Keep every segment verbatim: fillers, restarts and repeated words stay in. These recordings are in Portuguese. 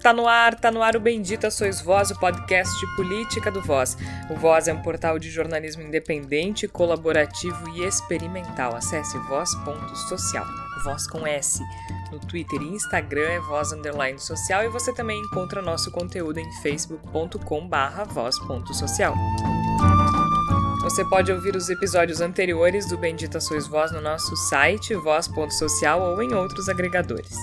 Tá no ar, tá no ar o Bendita Sois Voz, o podcast de política do Voz. O Voz é um portal de jornalismo independente, colaborativo e experimental. Acesse voz ponto social, Voz com S. No Twitter e Instagram é Voz Underline Social e você também encontra nosso conteúdo em facebook ponto com barra voz ponto social. Você pode ouvir os episódios anteriores do Bendita Sois Voz no nosso site, voz ponto social ou em outros agregadores.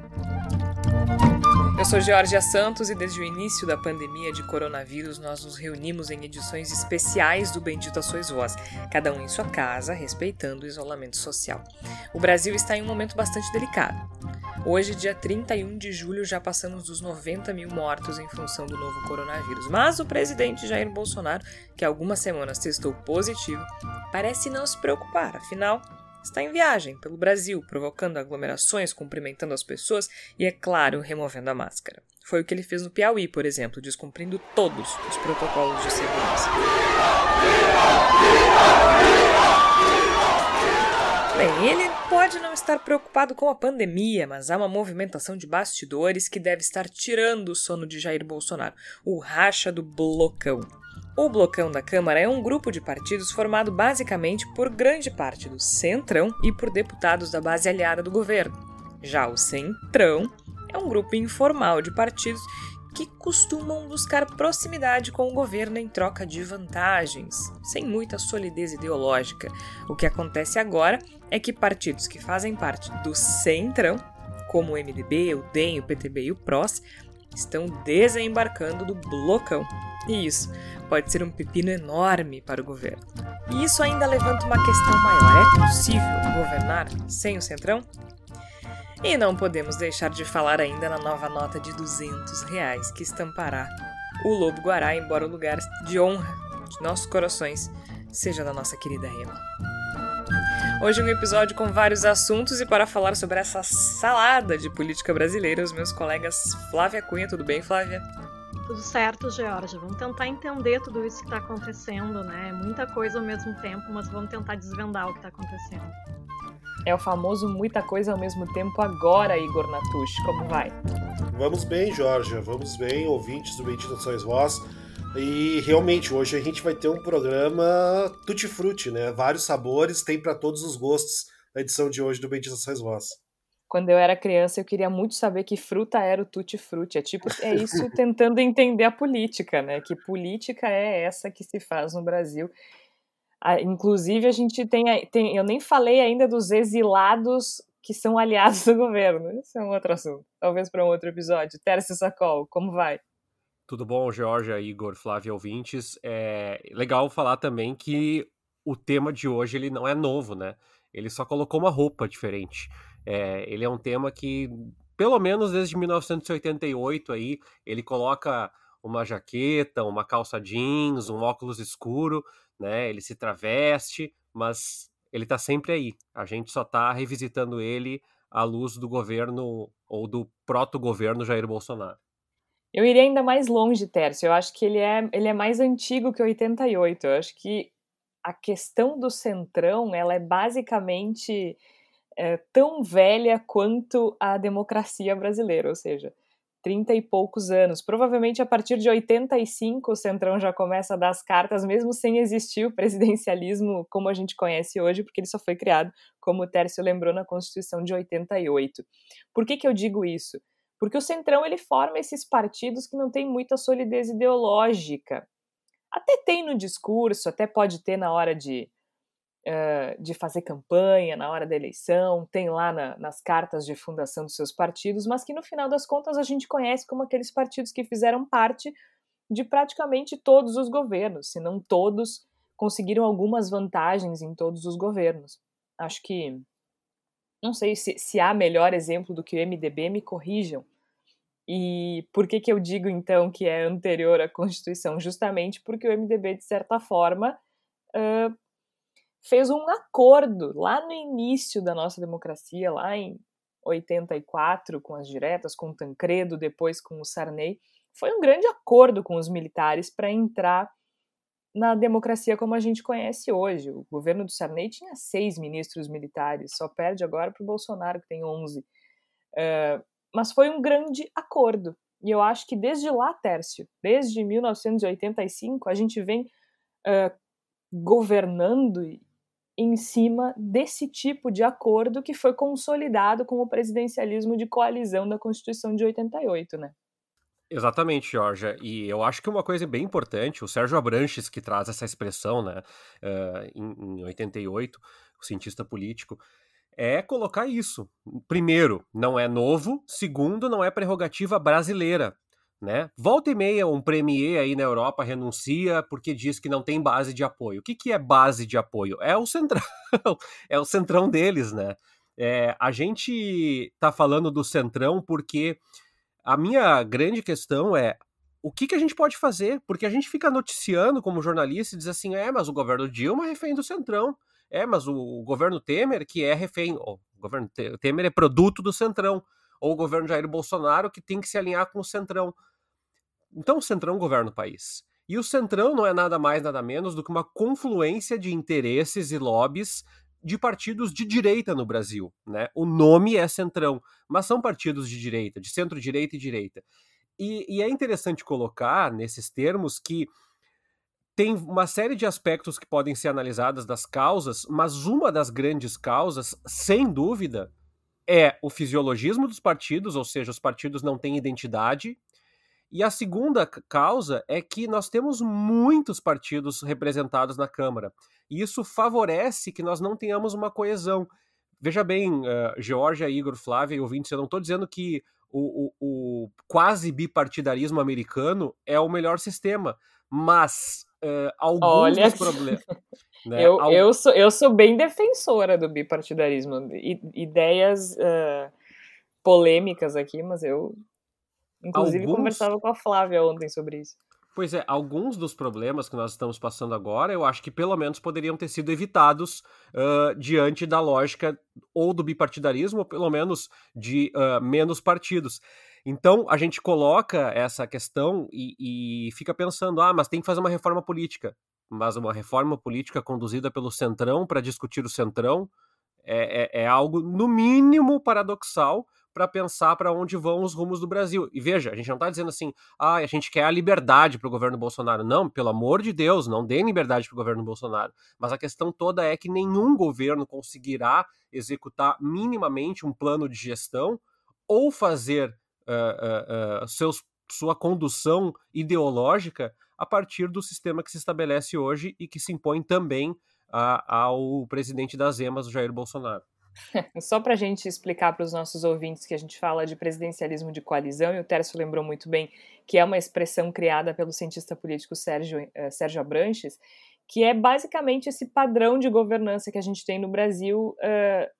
Eu sou Georgia Santos e desde o início da pandemia de coronavírus nós nos reunimos em edições especiais do Bendita Sois Voz, cada um em sua casa, respeitando o isolamento social. O Brasil está em um momento bastante delicado. Hoje, dia trinta e um de julho, já passamos dos noventa mil mortos em função do novo coronavírus. Mas o presidente Jair Bolsonaro, que há algumas semanas testou positivo, parece não se preocupar, afinal, está em viagem pelo Brasil, provocando aglomerações, cumprimentando as pessoas e, é claro, removendo a máscara. Foi o que ele fez no Piauí, por exemplo, descumprindo todos os protocolos de segurança. Bem, ele pode não estar preocupado com a pandemia, mas há uma movimentação de bastidores que deve estar tirando o sono de Jair Bolsonaro, o racha do Blocão. O Blocão da Câmara é um grupo de partidos formado basicamente por grande parte do Centrão e por deputados da base aliada do governo. Já o Centrão é um grupo informal de partidos que costumam buscar proximidade com o governo em troca de vantagens, sem muita solidez ideológica. O que acontece agora é que partidos que fazem parte do Centrão, como o M D B, o D E M, o P T B e o P R O S, estão desembarcando do Blocão. E isso pode ser um pepino enorme para o governo. E isso ainda levanta uma questão maior. É possível governar sem o Centrão? E não podemos deixar de falar ainda na nova nota de duzentos reais que estampará o Lobo-Guará, embora o lugar de honra de nossos corações seja da nossa querida Rema. Hoje um episódio com vários assuntos e para falar sobre essa salada de política brasileira, os meus colegas Flávia Cunha. Tudo bem, Flávia? Tudo certo, Georgia. Vamos tentar entender tudo isso que está acontecendo, né? Muita coisa ao mesmo tempo, mas vamos tentar desvendar o que está acontecendo. É o famoso muita coisa ao mesmo tempo agora, Igor Natush. Como vai? Vamos bem, Georgia. Vamos bem, ouvintes do Bendita Sois Voz. E realmente, hoje a gente vai ter um programa tutti-frutti, né? Vários sabores, tem para todos os gostos na edição de hoje do Bendita Sois Voz. Quando eu era criança, eu queria muito saber que fruta era o tutti-frutti. É tipo, é isso tentando entender a política, né? Que política é essa que se faz no Brasil? Ah, inclusive, a gente tem, tem... Eu nem falei ainda dos exilados que são aliados do governo. Esse é um outro assunto. Talvez para um outro episódio. Tércio Sacol, como vai? Tudo bom, Georgia, Igor, Flávia, ouvintes? É legal falar também que o tema de hoje ele não é novo, né? Ele só colocou uma roupa diferente. É, ele é um tema que, pelo menos desde mil novecentos e oitenta e oito, aí, ele coloca uma jaqueta, uma calça jeans, um óculos escuro, né? Ele se traveste, mas ele tá sempre aí. A gente só tá revisitando ele à luz do governo ou do proto-governo Jair Bolsonaro. Eu iria ainda mais longe, Tércio. Eu acho que ele é, ele é mais antigo que oitenta e oito. Eu acho que a questão do Centrão, ela é basicamente é, tão velha quanto a democracia brasileira, ou seja, trinta e poucos anos. Provavelmente a partir de oitenta e cinco o Centrão já começa a dar as cartas, mesmo sem existir o presidencialismo como a gente conhece hoje, porque ele só foi criado, como o Tércio lembrou, na Constituição de oitenta e oito. Por que que eu digo isso? Porque o Centrão ele forma esses partidos que não têm muita solidez ideológica. Até tem no discurso, até pode ter na hora de, uh, de fazer campanha, na hora da eleição, tem lá na, nas cartas de fundação dos seus partidos, mas que no final das contas a gente conhece como aqueles partidos que fizeram parte de praticamente todos os governos, se não todos, conseguiram algumas vantagens em todos os governos. Acho que, não sei se, se há melhor exemplo do que o M D B, me corrijam. E por que que eu digo, então, que é anterior à Constituição? Justamente porque o M D B, de certa forma, uh, fez um acordo lá no início da nossa democracia, lá em oitenta e quatro, com as diretas, com o Tancredo, depois com o Sarney. Foi um grande acordo com os militares para entrar na democracia como a gente conhece hoje. O governo do Sarney tinha seis ministros militares, só perde agora para o Bolsonaro, que tem onze. Uh, mas foi um grande acordo. E eu acho que desde lá, Tércio, desde mil novecentos e oitenta e cinco, a gente vem uh, governando em cima desse tipo de acordo que foi consolidado com o presidencialismo de coalizão da Constituição de oitenta e oito, né? Exatamente, Georgia. E eu acho que uma coisa bem importante, o Sérgio Abranches, que traz essa expressão, né, uh, em, em oitenta e oito, o cientista político, é colocar isso. Primeiro, não é novo. Segundo, não é prerrogativa brasileira, né? Volta e meia, um premier aí na Europa renuncia porque diz que não tem base de apoio. O que, que é base de apoio? É o centrão, é o centrão deles, né? É, a gente tá falando do centrão porque a minha grande questão é o que, que a gente pode fazer? Porque a gente fica noticiando como jornalista e diz assim, é, mas o governo Dilma é refém do centrão. É, mas o, o governo Temer que é refém, oh, o governo Temer é produto do centrão, ou o governo Jair Bolsonaro que tem que se alinhar com o centrão. Então o centrão governa o país. E o centrão não é nada mais, nada menos do que uma confluência de interesses e lobbies de partidos de direita no Brasil, né? O nome é centrão, mas são partidos de direita, de centro-direita e direita. E, e é interessante colocar nesses termos que tem uma série de aspectos que podem ser analisados das causas, mas uma das grandes causas, sem dúvida, é o fisiologismo dos partidos, ou seja, os partidos não têm identidade. E a segunda causa é que nós temos muitos partidos representados na Câmara. E isso favorece que nós não tenhamos uma coesão. Veja bem, uh, Georgia, Igor, Flávia e ouvintes, eu não estou dizendo que o, o, o quase bipartidarismo americano é o melhor sistema, mas uh, alguns Olha, dos problemas... Né, eu, al... eu, sou, eu sou bem defensora do bipartidarismo. I, ideias uh, polêmicas aqui, mas eu, inclusive, alguns... conversava com a Flávia ontem sobre isso. Pois é, alguns dos problemas que nós estamos passando agora, eu acho que pelo menos poderiam ter sido evitados uh, diante da lógica ou do bipartidarismo, ou pelo menos de uh, menos partidos. Então, a gente coloca essa questão e, e fica pensando, ah, mas tem que fazer uma reforma política. Mas uma reforma política conduzida pelo Centrão para discutir o Centrão é, é, é algo, no mínimo, paradoxal, para pensar para onde vão os rumos do Brasil. E veja, a gente não está dizendo assim, ah, a gente quer a liberdade para o governo Bolsonaro. Não, pelo amor de Deus, não dê liberdade para o governo Bolsonaro. Mas a questão toda é que nenhum governo conseguirá executar minimamente um plano de gestão ou fazer uh, uh, uh, seus, sua condução ideológica a partir do sistema que se estabelece hoje e que se impõe também a, ao presidente das emas, o Jair Bolsonaro. Só para a gente explicar para os nossos ouvintes que a gente fala de presidencialismo de coalizão, e o Tércio lembrou muito bem que é uma expressão criada pelo cientista político Sérgio, uh, Sérgio Abranches, que é basicamente esse padrão de governança que a gente tem no Brasil, uh,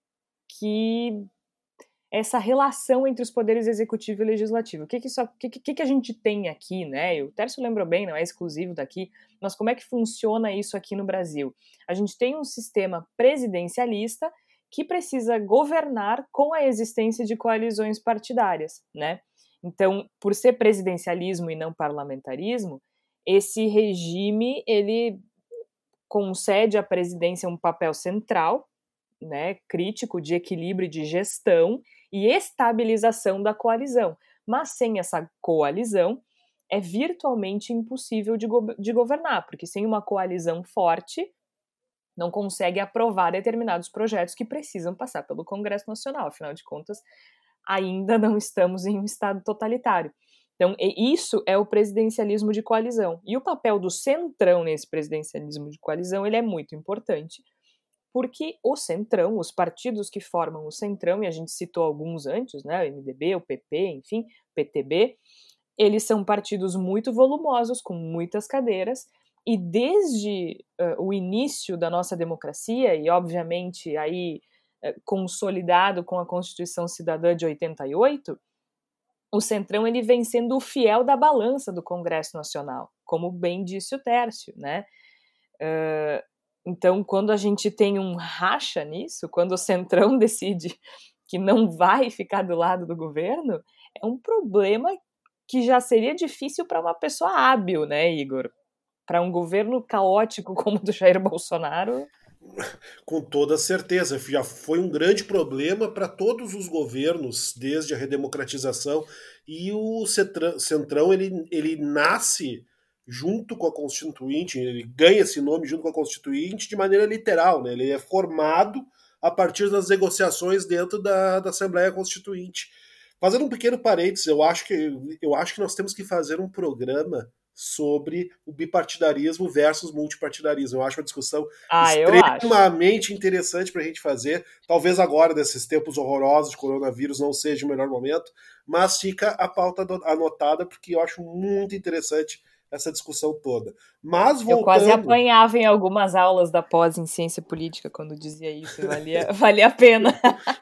que essa relação entre os poderes executivo e legislativo. O que que, isso, que, que, que a gente tem aqui, né? E o Tércio lembrou bem, não é exclusivo daqui, mas como é que funciona isso aqui no Brasil? A gente tem um sistema presidencialista que precisa governar com a existência de coalizões partidárias, né? Então, por ser presidencialismo e não parlamentarismo, esse regime, ele concede à presidência um papel central, né, crítico de equilíbrio de gestão e estabilização da coalizão. Mas sem essa coalizão, é virtualmente impossível de, go- de governar, porque sem uma coalizão forte, não consegue aprovar determinados projetos que precisam passar pelo Congresso Nacional. Afinal de contas, ainda não estamos em um estado totalitário. Então, isso é o presidencialismo de coalizão. E o papel do centrão nesse presidencialismo de coalizão, ele é muito importante, porque o centrão, os partidos que formam o centrão, e a gente citou alguns antes, né, o M D B, o P P, enfim, o P T B, eles são partidos muito volumosos, com muitas cadeiras, e desde uh, o início da nossa democracia, e obviamente aí uh, consolidado com a Constituição Cidadã de oitenta e oito, o Centrão ele vem sendo o fiel da balança do Congresso Nacional, como bem disse o Tércio, né? Uh, então, quando a gente tem um racha nisso, quando o Centrão decide que não vai ficar do lado do governo, é um problema que já seria difícil para uma pessoa hábil, né, Igor? Para um governo caótico como o do Jair Bolsonaro. Com toda certeza, já foi um grande problema para todos os governos desde a redemocratização, e o Centrão ele, ele nasce junto com a Constituinte, ele ganha esse nome junto com a Constituinte de maneira literal, né? Ele é formado a partir das negociações dentro da, da Assembleia Constituinte. Fazendo um pequeno parênteses, eu acho que, eu acho que nós temos que fazer um programa sobre o bipartidarismo versus multipartidarismo. Eu acho uma discussão Ah, eu acho. extremamente interessante para a gente fazer. Talvez agora, nesses tempos horrorosos de coronavírus, não seja o melhor momento, mas fica a pauta anotada, porque eu acho muito interessante essa discussão toda. Mas voltando... Eu quase apanhava em algumas aulas da pós em ciência política quando dizia isso, valia, valia a pena.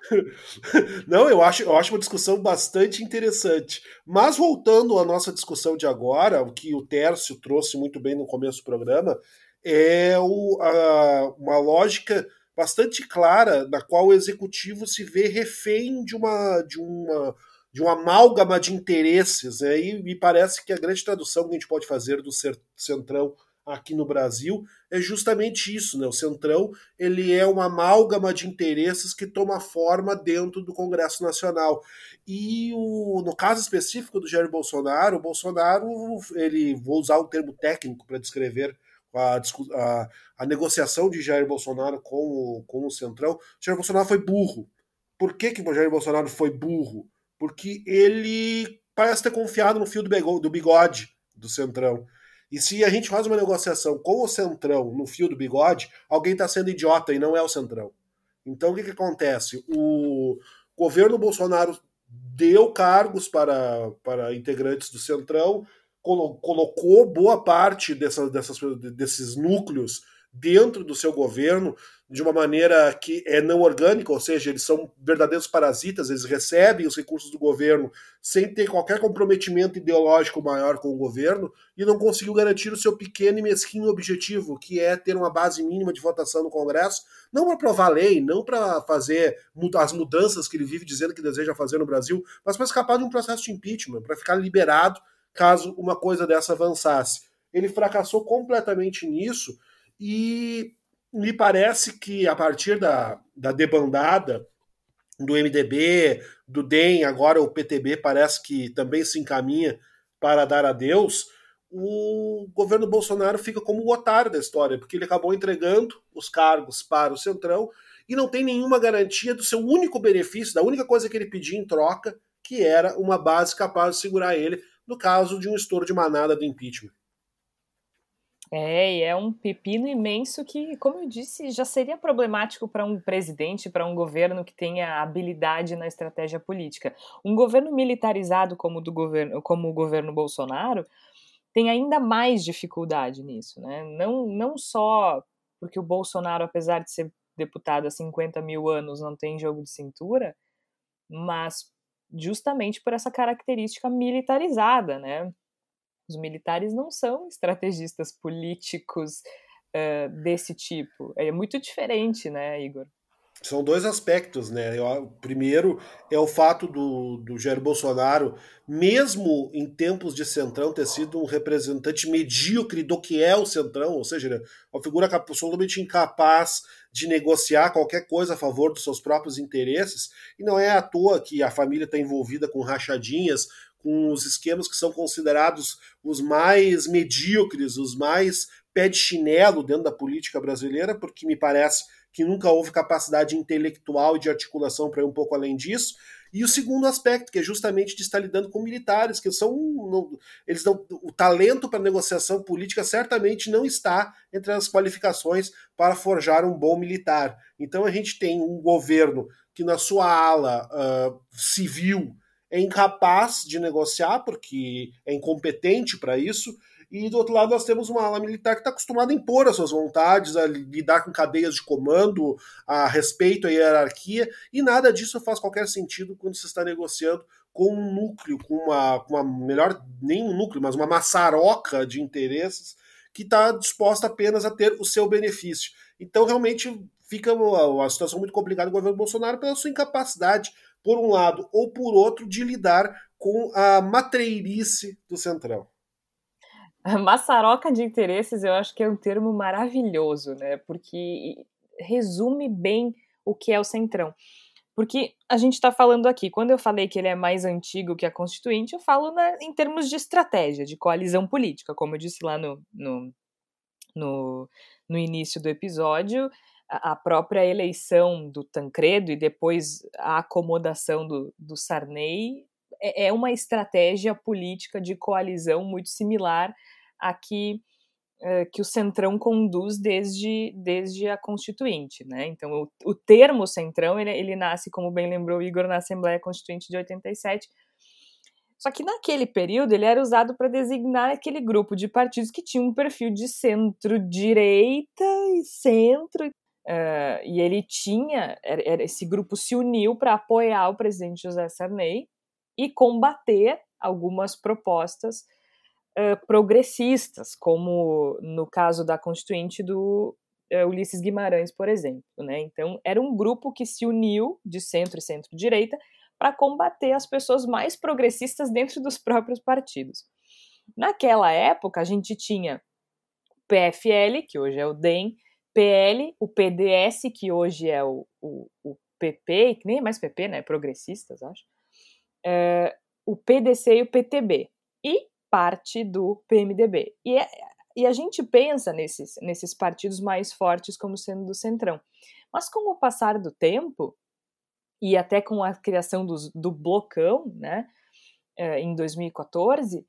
Não, eu acho, eu acho uma discussão bastante interessante. Mas voltando à nossa discussão de agora, o que o Tércio trouxe muito bem no começo do programa, é o, a, uma lógica bastante clara na qual o executivo se vê refém de uma... De uma de uma amálgama de interesses, né? E me parece que a grande tradução que a gente pode fazer do Centrão aqui no Brasil é justamente isso, né? O Centrão ele é uma amálgama de interesses que toma forma dentro do Congresso Nacional. E o, no caso específico do Jair Bolsonaro, o Bolsonaro, ele, vou usar um termo técnico para descrever a, a, a negociação de Jair Bolsonaro com o, com o Centrão. Jair Bolsonaro foi burro. Por que, que o Jair Bolsonaro foi burro? Porque ele parece ter confiado no fio do bigode do Centrão. E se a gente faz uma negociação com o Centrão no fio do bigode, alguém está sendo idiota e não é o Centrão. Então o que, que acontece? O governo Bolsonaro deu cargos para, para integrantes do Centrão, colocou boa parte dessa, dessas, desses núcleos dentro do seu governo de uma maneira que é não orgânica, ou seja, eles são verdadeiros parasitas, eles recebem os recursos do governo sem ter qualquer comprometimento ideológico maior com o governo e não conseguiu garantir o seu pequeno e mesquinho objetivo, que é ter uma base mínima de votação no Congresso, não para aprovar lei, não para fazer as mudanças que ele vive dizendo que deseja fazer no Brasil, mas para escapar de um processo de impeachment, para ficar liberado caso uma coisa dessa avançasse. Ele fracassou completamente nisso e me parece que a partir da, da debandada do M D B, do D E M, agora o P T B parece que também se encaminha para dar adeus, o governo Bolsonaro fica como o otário da história, porque ele acabou entregando os cargos para o Centrão e não tem nenhuma garantia do seu único benefício, da única coisa que ele pedia em troca, que era uma base capaz de segurar ele no caso de um estouro de manada do impeachment. É, e é um pepino imenso que, como eu disse, já seria problemático para um presidente, para um governo que tenha habilidade na estratégia política. Um governo militarizado como o do governo, como o governo Bolsonaro tem ainda mais dificuldade nisso, né? Não, não só porque o Bolsonaro, apesar de ser deputado há cinquenta mil anos, não tem jogo de cintura, mas justamente por essa característica militarizada, né? Os militares não são estrategistas políticos uh, desse tipo. É muito diferente, né, Igor? São dois aspectos, né? O primeiro é o fato do, do Jair Bolsonaro, mesmo em tempos de Centrão, ter sido um representante medíocre do que é o Centrão, ou seja, uma figura absolutamente incapaz de negociar qualquer coisa a favor dos seus próprios interesses, e não é à toa que a família está envolvida com rachadinhas, com os esquemas que são considerados os mais medíocres, os mais pé de chinelo dentro da política brasileira, porque me parece que nunca houve capacidade intelectual e de articulação para ir um pouco além disso. E o segundo aspecto, que é justamente de estar lidando com militares, que são. Não, eles não, o talento para negociação política certamente não está entre as qualificações para forjar um bom militar. Então a gente tem um governo que, na sua ala uh, civil, é incapaz de negociar, porque é incompetente para isso, e do outro lado nós temos uma ala militar que está acostumada a impor as suas vontades, a lidar com cadeias de comando, a respeito à hierarquia, e nada disso faz qualquer sentido quando se está negociando com um núcleo, com uma, com uma melhor, nem um núcleo, mas uma maçaroca de interesses que está disposta apenas a ter o seu benefício. Então realmente fica uma, uma situação muito complicada do governo Bolsonaro pela sua incapacidade, por um lado ou por outro, de lidar com a matreirice do Centrão. A maçaroca de interesses eu acho que é um termo maravilhoso, né? Porque resume bem o que é o Centrão. Porque a gente está falando aqui, quando eu falei que ele é mais antigo que a Constituinte, eu falo na, em termos de estratégia, de coalizão política, como eu disse lá no, no, no, no início do episódio, a, a própria eleição do Tancredo e depois a acomodação do, do Sarney é, é uma estratégia política de coalizão muito similar à que que o Centrão conduz desde, desde a Constituinte, né? Então, o, o termo Centrão, ele, ele nasce, como bem lembrou o Igor, na Assembleia Constituinte de oitenta e sete. Só que naquele período ele era usado para designar aquele grupo de partidos que tinha um perfil de centro-direita e centro. Uh, e ele tinha, era, era, esse grupo se uniu para apoiar o presidente José Sarney e combater algumas propostas Uh, progressistas, como no caso da Constituinte do uh, Ulisses Guimarães, por exemplo, né? Então, era um grupo que se uniu de centro e centro-direita para combater as pessoas mais progressistas dentro dos próprios partidos. Naquela época, a gente tinha o P F L, que hoje é o D E M, P L, o P D S, que hoje é o, o, o P P, que nem é mais P P, né? Progressistas, acho. Uh, o P D C e o P T B. E parte do P M D B. E, é, e a gente pensa nesses, nesses partidos mais fortes como sendo do Centrão. Mas com o passar do tempo, e até com a criação dos, do Blocão, né, em dois mil e quatorze,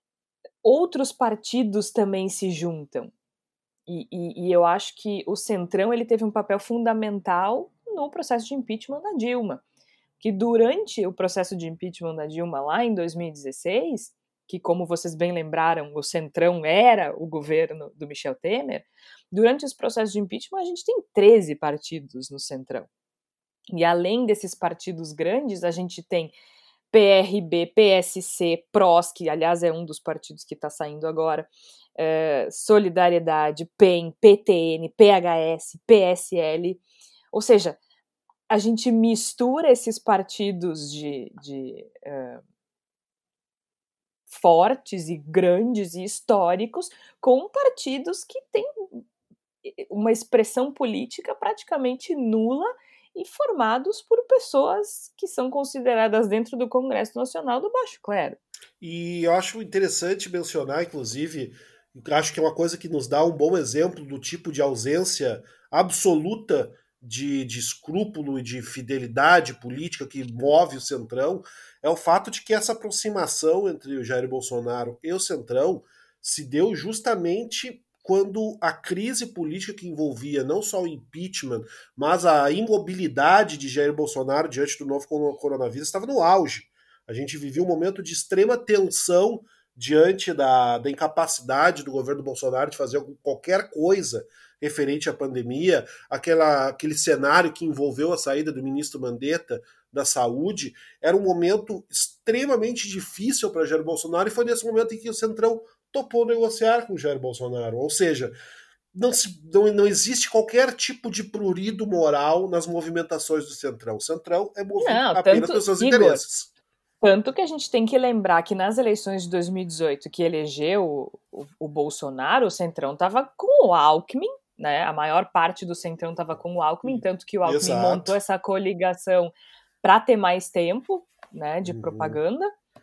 outros partidos também se juntam. E, e, e eu acho que o Centrão ele teve um papel fundamental no processo de impeachment da Dilma. Que durante o processo de impeachment da Dilma, lá em dois mil e dezesseis, que, como vocês bem lembraram, o Centrão era o governo do Michel Temer, durante esse processo de impeachment a gente tem treze partidos no Centrão. E além desses partidos grandes, a gente tem P R B, P S C, P R O S, que aliás é um dos partidos que está saindo agora, é, Solidariedade, P E M, P T N, P H S, P S L, ou seja, a gente mistura esses partidos de... de é, fortes e grandes e históricos com partidos que têm uma expressão política praticamente nula e formados por pessoas que são consideradas dentro do Congresso Nacional do baixo clero. E eu acho interessante mencionar, inclusive, acho que é uma coisa que nos dá um bom exemplo do tipo de ausência absoluta de, de escrúpulo e de fidelidade política que move o Centrão, é o fato de que essa aproximação entre o Jair Bolsonaro e o Centrão se deu justamente quando a crise política que envolvia não só o impeachment, mas a imobilidade de Jair Bolsonaro diante do novo coronavírus estava no auge. A gente vivia um momento de extrema tensão diante da, da incapacidade do governo Bolsonaro de fazer qualquer coisa referente à pandemia, aquela, aquele cenário que envolveu a saída do ministro Mandetta da Saúde, era um momento extremamente difícil para Jair Bolsonaro, e foi nesse momento em que o Centrão topou negociar com Jair Bolsonaro. Ou seja, não, se, não, não existe qualquer tipo de prurido moral nas movimentações do Centrão. O Centrão é movido não, apenas pelos seus Igor, interesses. Tanto que a gente tem que lembrar que nas eleições de dois mil e dezoito, que elegeu o, o, o Bolsonaro, o Centrão estava com o Alckmin, né? A maior parte do Centrão estava com o Alckmin, tanto que o Alckmin Exato. montou essa coligação para ter mais tempo, né, de uhum. propaganda.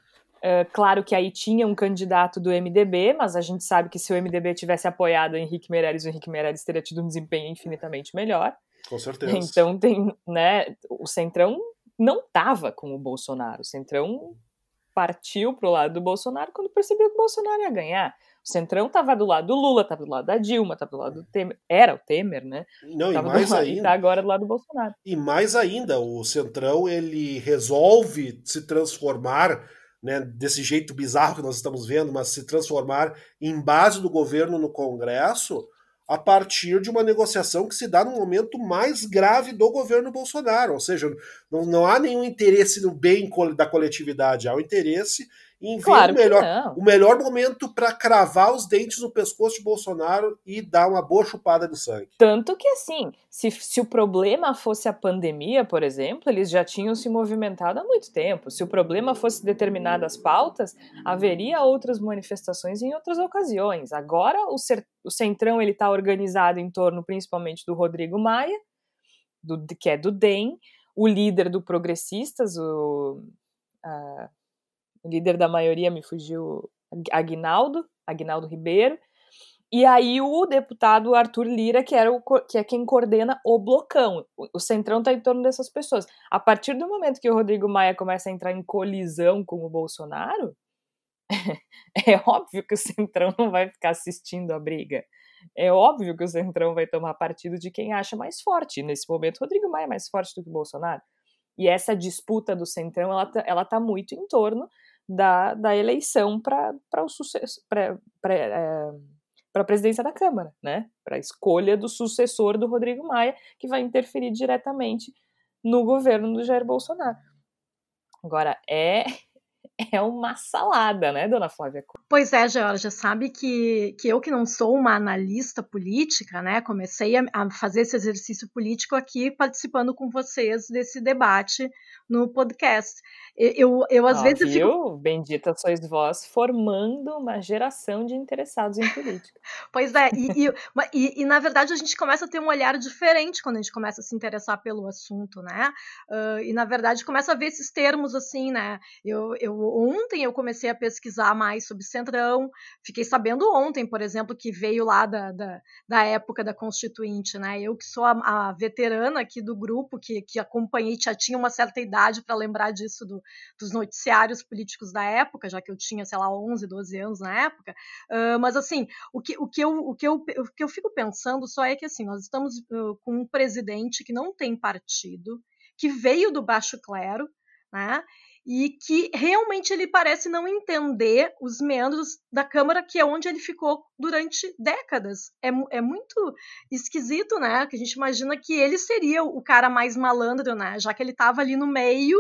É, claro que aí tinha um candidato do M D B, mas a gente sabe que se o M D B tivesse apoiado o Henrique Meirelles, o Henrique Meirelles teria tido um desempenho infinitamente melhor. Com certeza. Então, tem, né, o Centrão não estava com o Bolsonaro. O Centrão partiu para o lado do Bolsonaro quando percebeu que o Bolsonaro ia ganhar. O Centrão estava do lado do Lula, estava do lado da Dilma, estava do lado do Temer. Era o Temer, né? Não, tava e mais lado, ainda. E está agora do lado do Bolsonaro. E mais ainda, o Centrão, ele resolve se transformar, né, desse jeito bizarro que nós estamos vendo, mas se transformar em base do governo no Congresso a partir de uma negociação que se dá no momento mais grave do governo Bolsonaro. Ou seja, não, não há nenhum interesse no bem da coletividade, há o interesse em ver Claro o que melhor, não. o melhor momento para cravar os dentes no pescoço de Bolsonaro e dar uma boa chupada de sangue. Tanto que, assim, se, se o problema fosse a pandemia, por exemplo, eles já tinham se movimentado há muito tempo. Se o problema fosse determinadas pautas, haveria outras manifestações em outras ocasiões. Agora, o, cer- o Centrão está organizado em torno, principalmente, do Rodrigo Maia, do, que é do D E M, o líder do Progressistas, o, a, o líder da maioria, me fugiu, Aguinaldo, Aguinaldo Ribeiro, e aí o deputado Arthur Lira, que, era o, que é quem coordena o blocão. O Centrão está em torno dessas pessoas. A partir do momento que o Rodrigo Maia começa a entrar em colisão com o Bolsonaro, é óbvio que o Centrão não vai ficar assistindo a briga. É óbvio que o Centrão vai tomar partido de quem acha mais forte. E nesse momento, o Rodrigo Maia é mais forte do que o Bolsonaro. E essa disputa do Centrão, ela tá, ela tá muito em torno da, da eleição para o sucesso... Pra, pra, é, para a presidência da Câmara, né? Para a escolha do sucessor do Rodrigo Maia, que vai interferir diretamente no governo do Jair Bolsonaro. Agora, é, é uma salada, né, dona Flávia? Pois é, Georgia, sabe que, que eu que não sou uma analista política, né, comecei a, a fazer esse exercício político aqui participando com vocês desse debate no podcast. Eu, eu às Ó, vezes viu? eu fico... Bendita sois vós, formando uma geração de interessados em política. Pois é, e, e, e, e na verdade a gente começa a ter um olhar diferente quando a gente começa a se interessar pelo assunto, né? Uh, e na verdade começa a ver esses termos assim, né? Eu, eu, ontem eu comecei a pesquisar mais sobre Centrão, fiquei sabendo ontem, por exemplo, que veio lá da, da, da época da Constituinte, né? Eu que sou a, a veterana aqui do grupo, que, que acompanhei, já tinha uma certa idade para lembrar disso do, dos noticiários políticos da época, já que eu tinha, sei lá, onze, doze anos na época, uh, mas assim, o que, o, que eu, o, que eu, o que eu fico pensando só é que assim, nós estamos uh, com um presidente que não tem partido, que veio do baixo clero, né? E que realmente ele parece não entender os meandros da Câmara, que é onde ele ficou durante décadas. É, é muito esquisito, né? Que a gente imagina que ele seria o cara mais malandro, né? Já que ele estava ali no meio,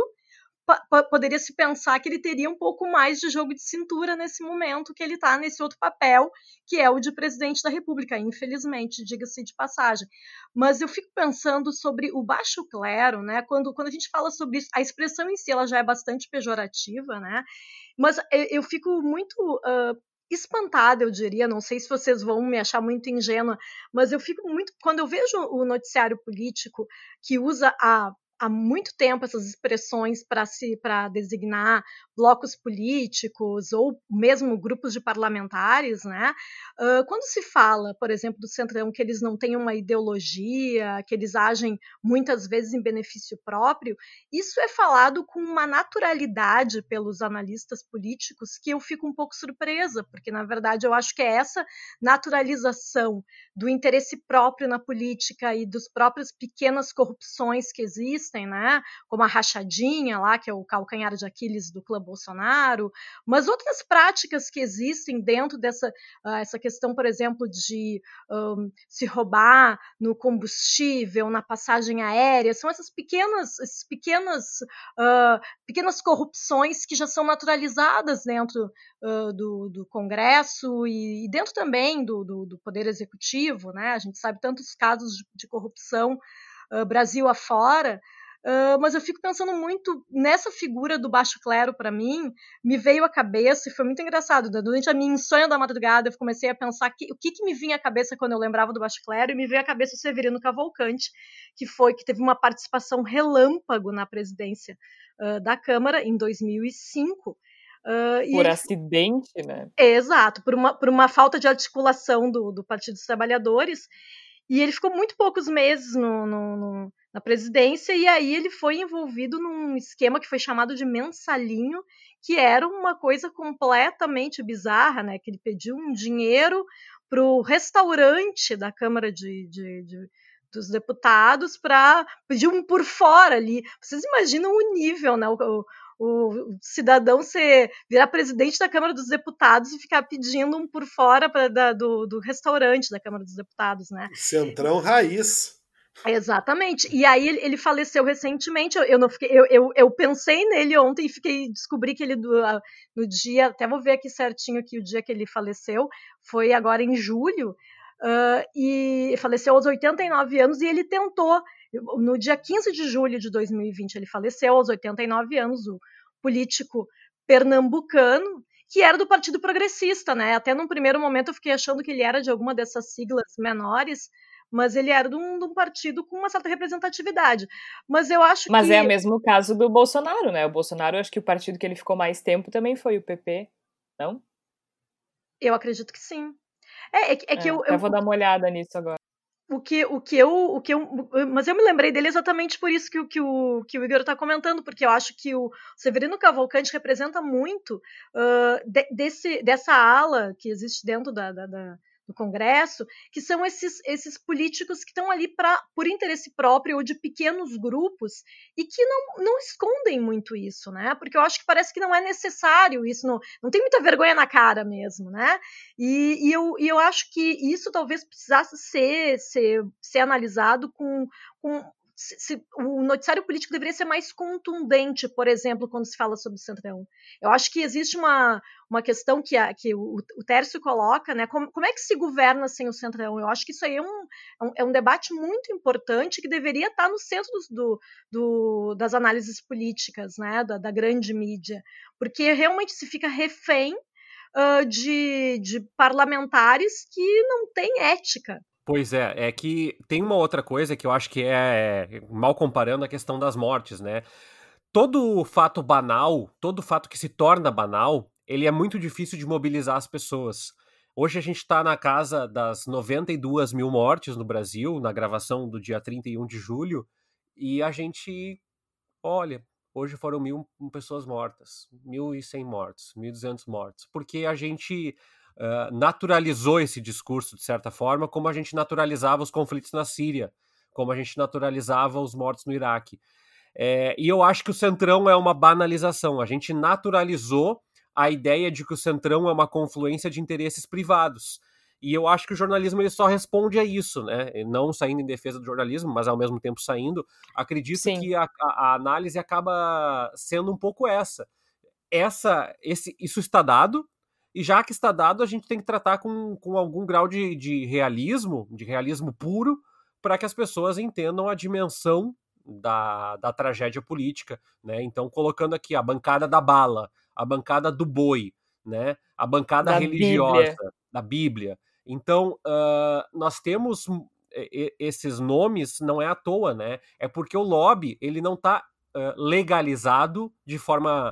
poderia se pensar que ele teria um pouco mais de jogo de cintura nesse momento que ele está nesse outro papel, que é o de presidente da República, infelizmente, diga-se de passagem. Mas eu fico pensando sobre o baixo clero, né? Quando, quando a gente fala sobre isso, a expressão em si ela já é bastante pejorativa, né? Mas eu fico muito uh, espantada, eu diria, não sei se vocês vão me achar muito ingênua, mas eu fico muito, quando eu vejo o noticiário político que usa a há muito tempo essas expressões para se para designar blocos políticos ou mesmo grupos de parlamentares, né? Uh, quando se fala, por exemplo, do Centrão, que eles não têm uma ideologia, que eles agem muitas vezes em benefício próprio, isso é falado com uma naturalidade pelos analistas políticos que eu fico um pouco surpresa, porque na verdade eu acho que é essa naturalização do interesse próprio na política e dos próprios pequenas corrupções que existem, né? Como a rachadinha lá, que é o calcanhar de Aquiles do clã Bolsonaro, mas outras práticas que existem dentro dessa uh, essa questão, por exemplo, de um, se roubar no combustível, na passagem aérea, são essas pequenas, essas pequenas, uh, pequenas corrupções que já são naturalizadas dentro uh, do, do Congresso e, e dentro também do, do, do Poder Executivo, né? A gente sabe tantos casos de, de corrupção Uh, Brasil afora, uh, mas eu fico pensando muito nessa figura do baixo clero. Para mim, me veio à cabeça, e foi muito engraçado, durante a minha insônia da madrugada, eu comecei a pensar que, o que, que me vinha à cabeça quando eu lembrava do baixo clero, e me veio à cabeça o Severino Cavalcante, que foi, que teve uma participação relâmpago na presidência uh, da Câmara em dois mil e cinco, Uh, por acidente, ele... né? Exato, por uma, por uma falta de articulação do, do Partido dos Trabalhadores. E ele ficou muito poucos meses no, no, no, na presidência, e aí ele foi envolvido num esquema que foi chamado de mensalinho, que era uma coisa completamente bizarra, né? Que ele pediu um dinheiro para o restaurante da Câmara de, de, de, dos Deputados para pedir um por fora ali. Vocês imaginam o nível, né? O, o, o cidadão ser, virar presidente da Câmara dos Deputados e ficar pedindo um por fora pra, da, do, do restaurante da Câmara dos Deputados, né? Centrão raiz. Exatamente. E aí ele, ele faleceu recentemente. Eu, eu não fiquei, eu, eu, eu pensei nele ontem e fiquei descobri que ele do, no dia, até vou ver aqui certinho que o dia que ele faleceu foi agora em julho. Uh, e faleceu aos oitenta e nove anos e ele tentou no dia quinze de julho de dois mil e vinte ele faleceu aos oitenta e nove anos, o político pernambucano que era do Partido Progressista, né? Até num primeiro momento eu fiquei achando que ele era de alguma dessas siglas menores, mas ele era de um, de um partido com uma certa representatividade. Mas eu acho mas que... é o mesmo caso do Bolsonaro, né? O Bolsonaro, acho que o partido que ele ficou mais tempo também foi o P P, não? Eu acredito que sim. É, é, é que é, eu, eu... eu vou dar uma olhada nisso agora. O que, o que eu, o que eu, mas eu me lembrei dele exatamente por isso que, o, que, o, que o Igor está comentando, porque eu acho que o Severino Cavalcante representa muito uh, de, desse, dessa ala que existe dentro da, da, da, do Congresso, que são esses, esses políticos que estão ali pra, por interesse próprio ou de pequenos grupos e que não, não escondem muito isso, né? Porque eu acho que parece que não é necessário isso, não, não tem muita vergonha na cara mesmo, né? E, e, eu, e eu acho que isso talvez precisasse ser, ser, ser analisado com... com Se, se, o noticiário político deveria ser mais contundente, por exemplo, quando se fala sobre o Centrão. Eu acho que existe uma, uma questão que, a, que o, o Tércio coloca, né? Como, como é que se governa sem o Centrão? Eu acho que isso aí é um, é um, é um debate muito importante que deveria estar no centro do, do, das análises políticas, né? Da, da grande mídia, porque realmente se fica refém uh, de, de parlamentares que não têm ética. Pois é, é que tem uma outra coisa que eu acho que é, mal comparando a questão das mortes, né? Todo fato banal, todo fato que se torna banal, ele é muito difícil de mobilizar as pessoas. Hoje a gente está na casa das noventa e duas mil mortes no Brasil, na gravação do dia trinta e um de julho, e a gente, olha, hoje foram mil pessoas mortas, mil e cem mortos, mil e duzentos mortos, porque a gente... Uh, naturalizou esse discurso, de certa forma, como a gente naturalizava os conflitos na Síria, como a gente naturalizava os mortos no Iraque. É, e eu acho que o Centrão é uma banalização. A gente naturalizou a ideia de que o Centrão é uma confluência de interesses privados. E eu acho que o jornalismo ele só responde a isso, né? Não saindo em defesa do jornalismo, mas ao mesmo tempo saindo. Acredito Sim. que a, a, a análise acaba sendo um pouco essa. essa esse, isso está dado, e já que está dado, a gente tem que tratar com, com algum grau de, de realismo, de realismo puro, para que as pessoas entendam a dimensão da, da tragédia política, né? Então, colocando aqui a bancada da bala, a bancada do boi, né? A bancada da religiosa, Bíblia. da Bíblia. Então, uh, nós temos esses nomes, não é à toa, né? É porque o lobby ele não está uh, legalizado de forma...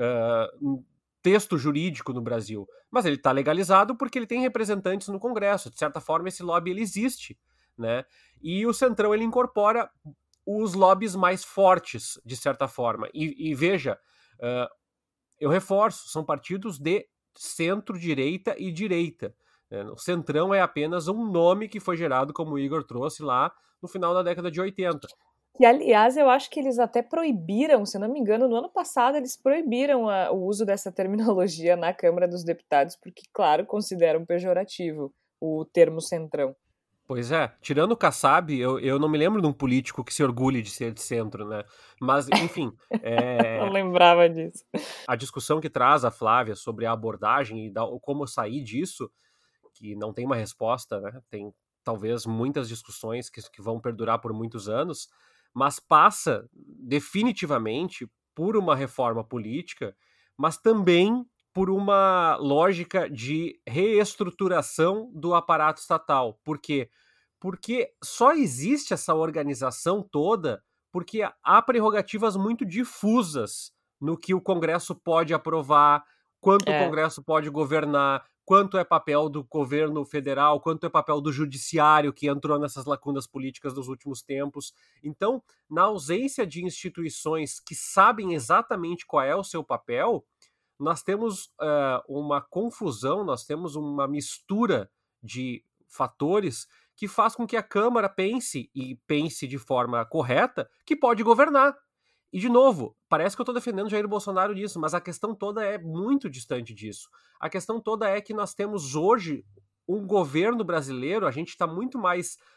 Uh, texto jurídico no Brasil, mas ele está legalizado porque ele tem representantes no Congresso. De certa forma, esse lobby ele existe, né? E o Centrão ele incorpora os lobbies mais fortes, de certa forma. E, e veja, uh, eu reforço, são partidos de centro-direita e direita. Né? O Centrão é apenas um nome que foi gerado, como o Igor trouxe lá no final da década de oitenta. Que, aliás, eu acho que eles até proibiram, se não me engano, no ano passado eles proibiram a, o uso dessa terminologia na Câmara dos Deputados, porque, claro, consideram pejorativo o termo centrão. Pois é, tirando o Kassab, eu, eu não me lembro de um político que se orgulhe de ser de centro, né? Mas, enfim... É... não lembrava disso. A discussão que traz a Flávia sobre a abordagem e da, como sair disso, que não tem uma resposta, né? Tem talvez muitas discussões que, que vão perdurar por muitos anos, mas passa definitivamente por uma reforma política, mas também por uma lógica de reestruturação do aparato estatal. Por quê? Porque só existe essa organização toda porque há prerrogativas muito difusas no que o Congresso pode aprovar, quanto é. o Congresso pode governar, quanto é papel do governo federal, quanto é papel do judiciário, que entrou nessas lacunas políticas dos últimos tempos. Então, na ausência de instituições que sabem exatamente qual é o seu papel, nós temos uh, uma confusão, nós temos uma mistura de fatores que faz com que a Câmara pense, e pense de forma correta, que pode governar. E, de novo, parece que eu estou defendendo Jair Bolsonaro nisso, mas a questão toda é muito distante disso. A questão toda é que nós temos hoje um governo brasileiro, a gente está muito mais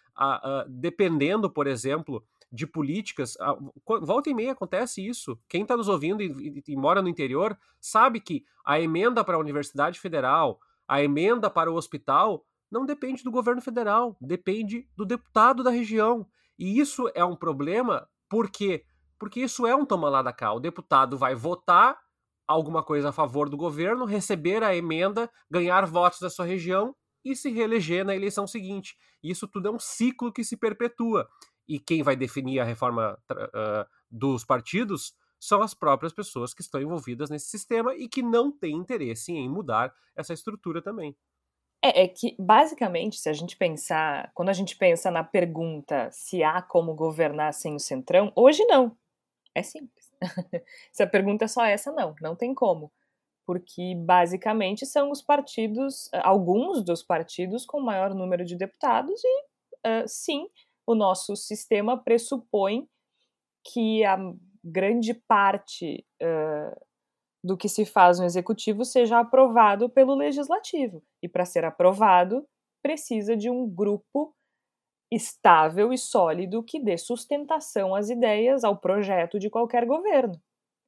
a, a, dependendo, por exemplo, de políticas. A, volta e meia acontece isso. Quem está nos ouvindo e, e, e mora no interior sabe que a emenda para a Universidade Federal, a emenda para o hospital, não depende do governo federal, depende do deputado da região. E isso é um problema, por quê? Porque isso é um toma lá da cá. O deputado vai votar alguma coisa a favor do governo, receber a emenda, ganhar votos da sua região e se reeleger na eleição seguinte. Isso tudo é um ciclo que se perpetua. E quem vai definir a reforma uh, dos partidos são as próprias pessoas que estão envolvidas nesse sistema e que não têm interesse em mudar essa estrutura também. É, é que, basicamente, se a gente pensar, quando a gente pensa na pergunta se há como governar sem o Centrão, hoje não. É simples. Se a pergunta é só essa, não, não tem como. Porque, basicamente, são os partidos, alguns dos partidos com maior número de deputados e, uh, sim, o nosso sistema pressupõe que a grande parte uh, do que se faz no executivo seja aprovado pelo legislativo. E para ser aprovado, precisa de um grupo estável e sólido que dê sustentação às ideias, ao projeto de qualquer governo.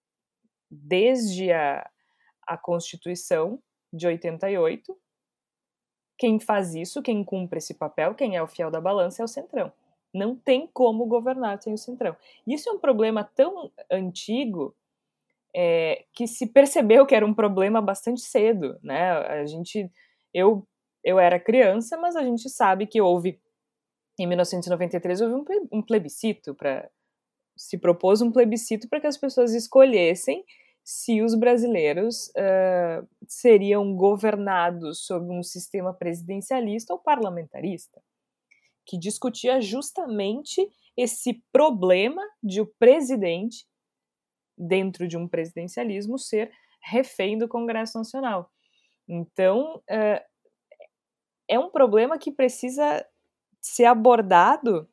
Desde a, a Constituição de oitenta e oito, quem faz isso, quem cumpre esse papel, quem é o fiel da balança é o Centrão. Não tem como governar sem o Centrão. Isso é um problema tão antigo é, que se percebeu que era um problema bastante cedo, né? A gente, eu, eu era criança, mas a gente sabe que houve, em mil novecentos e noventa e três, houve um plebiscito, para se propôs um plebiscito para que as pessoas escolhessem se os brasileiros uh, seriam governados sob um sistema presidencialista ou parlamentarista, que discutia justamente esse problema de o presidente, dentro de um presidencialismo, ser refém do Congresso Nacional. Então, uh, é um problema que precisa ser abordado,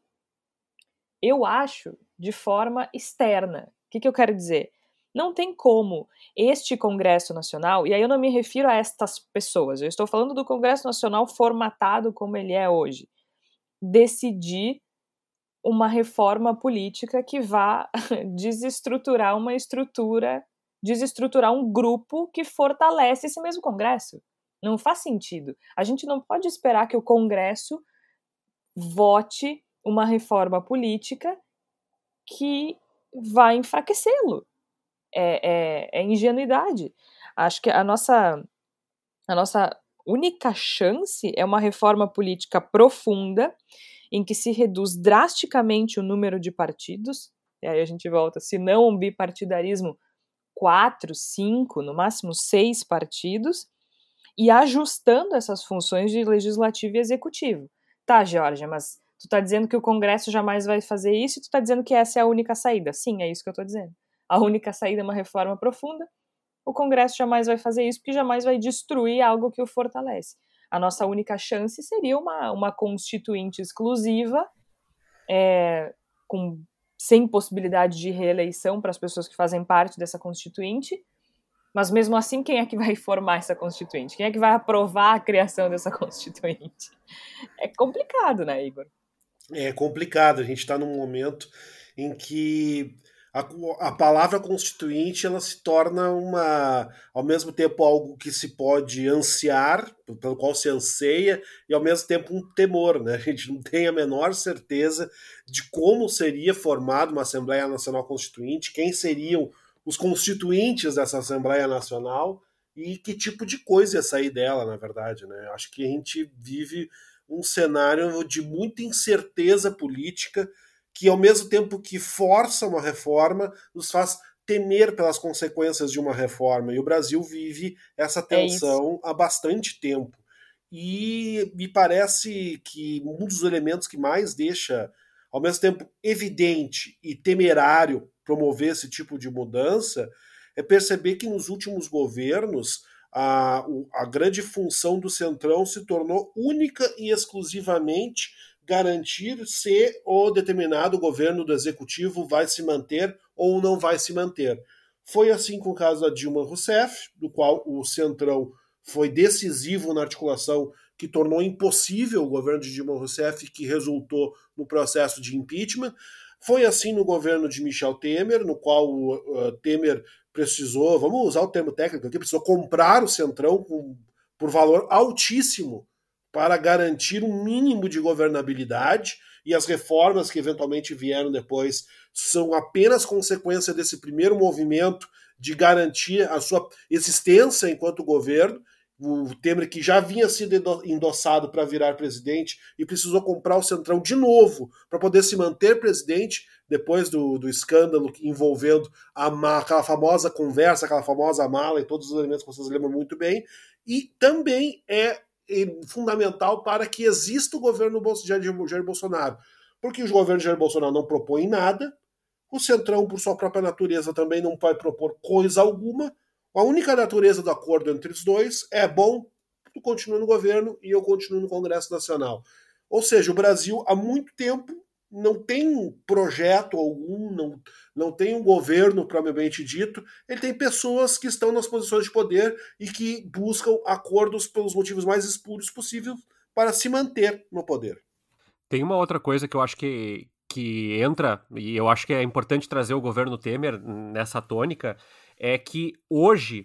eu acho, de forma externa. O que, que eu quero dizer? Não tem como este Congresso Nacional, e aí eu não me refiro a estas pessoas, eu estou falando do Congresso Nacional formatado como ele é hoje, decidir uma reforma política que vá desestruturar uma estrutura, desestruturar um grupo que fortalece esse mesmo Congresso. Não faz sentido. A gente não pode esperar que o Congresso vote uma reforma política que vai enfraquecê-lo. É, é, é ingenuidade. Acho que a nossa, a nossa única chance é uma reforma política profunda, em que se reduz drasticamente o número de partidos, e aí a gente volta, se não um bipartidarismo, quatro, cinco, no máximo seis partidos, e ajustando essas funções de legislativo e executivo. Tá, Georgia, mas tu tá dizendo que o Congresso jamais vai fazer isso e tu tá dizendo que essa é a única saída. Sim, é isso que eu tô dizendo. A única saída é uma reforma profunda. O Congresso jamais vai fazer isso porque jamais vai destruir algo que o fortalece. A nossa única chance seria uma, uma constituinte exclusiva, é, com, sem possibilidade de reeleição para as pessoas que fazem parte dessa constituinte, mas mesmo assim, quem é que vai formar essa constituinte? Quem é que vai aprovar a criação dessa constituinte? É complicado, né, Igor? É complicado. A gente está num momento em que a, a palavra constituinte ela se torna uma, ao mesmo tempo, algo que se pode ansiar, pelo qual se anseia, e ao mesmo tempo um temor, né? A gente não tem a menor certeza de como seria formada uma Assembleia Nacional Constituinte, quem seriam os constituintes dessa Assembleia Nacional e que tipo de coisa ia sair dela, na verdade, né? Acho que a gente vive um cenário de muita incerteza política que, ao mesmo tempo que força uma reforma, nos faz temer pelas consequências de uma reforma. E o Brasil vive essa tensão é há bastante tempo. E me parece que um dos elementos que mais deixa, ao mesmo tempo, evidente e temerário promover esse tipo de mudança é perceber que nos últimos governos a, a grande função do Centrão se tornou única e exclusivamente garantir se o determinado governo do Executivo vai se manter ou não vai se manter. Foi assim com o caso da Dilma Rousseff, do qual o Centrão foi decisivo na articulação que tornou impossível o governo de Dilma Rousseff, que resultou no processo de impeachment. Foi assim no governo de Michel Temer, no qual o uh, Temer precisou, vamos usar o termo técnico aqui, precisou comprar o Centrão com, por valor altíssimo para garantir um mínimo de governabilidade, e as reformas que eventualmente vieram depois são apenas consequência desse primeiro movimento de garantir a sua existência enquanto governo. O Temer, que já vinha sido endossado para virar presidente e precisou comprar o Centrão de novo para poder se manter presidente depois do, do escândalo envolvendo a, aquela famosa conversa, aquela famosa mala e todos os elementos que vocês lembram muito bem. E também é fundamental para que exista o governo Jair Bolsonaro, porque o governo Jair Bolsonaro não propõe nada, o Centrão, por sua própria natureza, também não vai propor coisa alguma. A única natureza do acordo entre os dois é: bom, tu continua no governo e eu continuo no Congresso Nacional. Ou seja, o Brasil há muito tempo não tem projeto algum, não, não tem um governo propriamente dito, ele tem pessoas que estão nas posições de poder e que buscam acordos pelos motivos mais espúrios possíveis para se manter no poder. Tem uma outra coisa que eu acho que, que entra, e eu acho que é importante trazer o governo Temer nessa tônica, é que hoje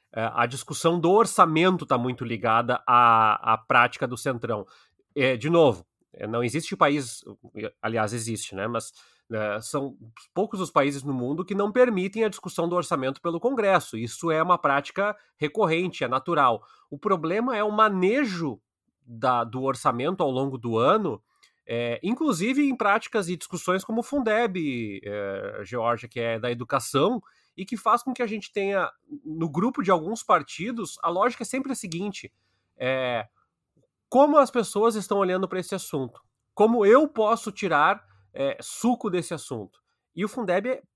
a discussão do orçamento está muito ligada à, à prática do Centrão. É, de novo, não existe país, aliás, existe, né? Mas é, são poucos os países no mundo que não permitem a discussão do orçamento pelo Congresso. Isso é uma prática recorrente, é natural. O problema é o manejo da, do orçamento ao longo do ano, é, inclusive em práticas e discussões como o Fundeb, é, Georgia, que é da educação, e que faz com que a gente tenha, no grupo de alguns partidos, a lógica é sempre a seguinte: é, como as pessoas estão olhando para esse assunto? Como eu posso tirar é, suco desse assunto? E o Fundeb é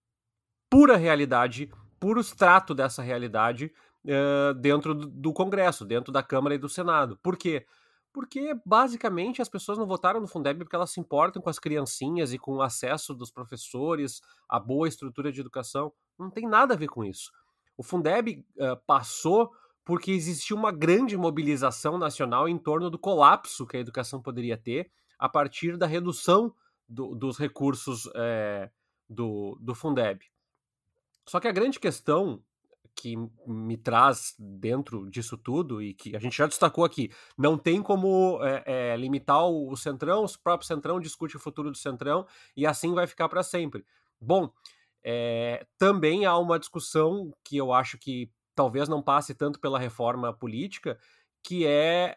pura realidade, puro extrato dessa realidade é, dentro do, do Congresso, dentro da Câmara e do Senado. Por quê? Porque, basicamente, as pessoas não votaram no Fundeb porque elas se importam com as criancinhas e com o acesso dos professores à boa estrutura de educação. Não tem nada a ver com isso. O Fundeb uh, passou porque existia uma grande mobilização nacional em torno do colapso que a educação poderia ter a partir da redução do, dos recursos é, do, do Fundeb. Só que a grande questão que me traz dentro disso tudo, e que a gente já destacou aqui, não tem como é, é, limitar o Centrão, o próprio Centrão discute o futuro do Centrão, e assim vai ficar para sempre. Bom, é, também há uma discussão que eu acho que talvez não passe tanto pela reforma política, que é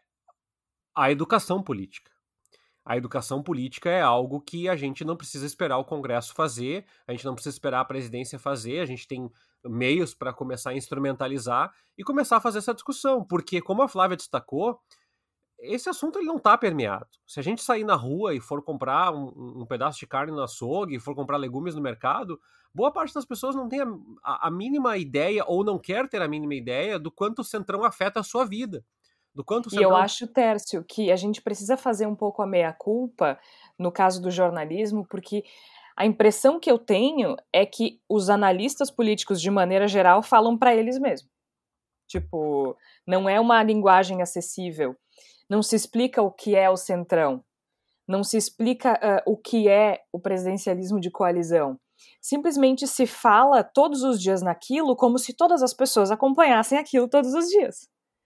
a educação política. A educação política é algo que a gente não precisa esperar o Congresso fazer, a gente não precisa esperar a presidência fazer, a gente tem meios para começar a instrumentalizar e começar a fazer essa discussão, porque, como a Flávia destacou, esse assunto ele não está permeado. Se a gente sair na rua e for comprar um, um pedaço de carne no açougue, for comprar legumes no mercado, boa parte das pessoas não tem a, a, a mínima ideia ou não quer ter a mínima ideia do quanto o Centrão afeta a sua vida. Do quanto o Centrão... E eu acho, Tércio, que a gente precisa fazer um pouco a meia-culpa no caso do jornalismo, porque a impressão que eu tenho é que os analistas políticos, de maneira geral, falam para eles mesmos. Tipo, não é uma linguagem acessível. Não se explica o que é o Centrão. Não se explica uh, o que é o presidencialismo de coalizão. Simplesmente se fala todos os dias naquilo como se todas as pessoas acompanhassem aquilo todos os dias.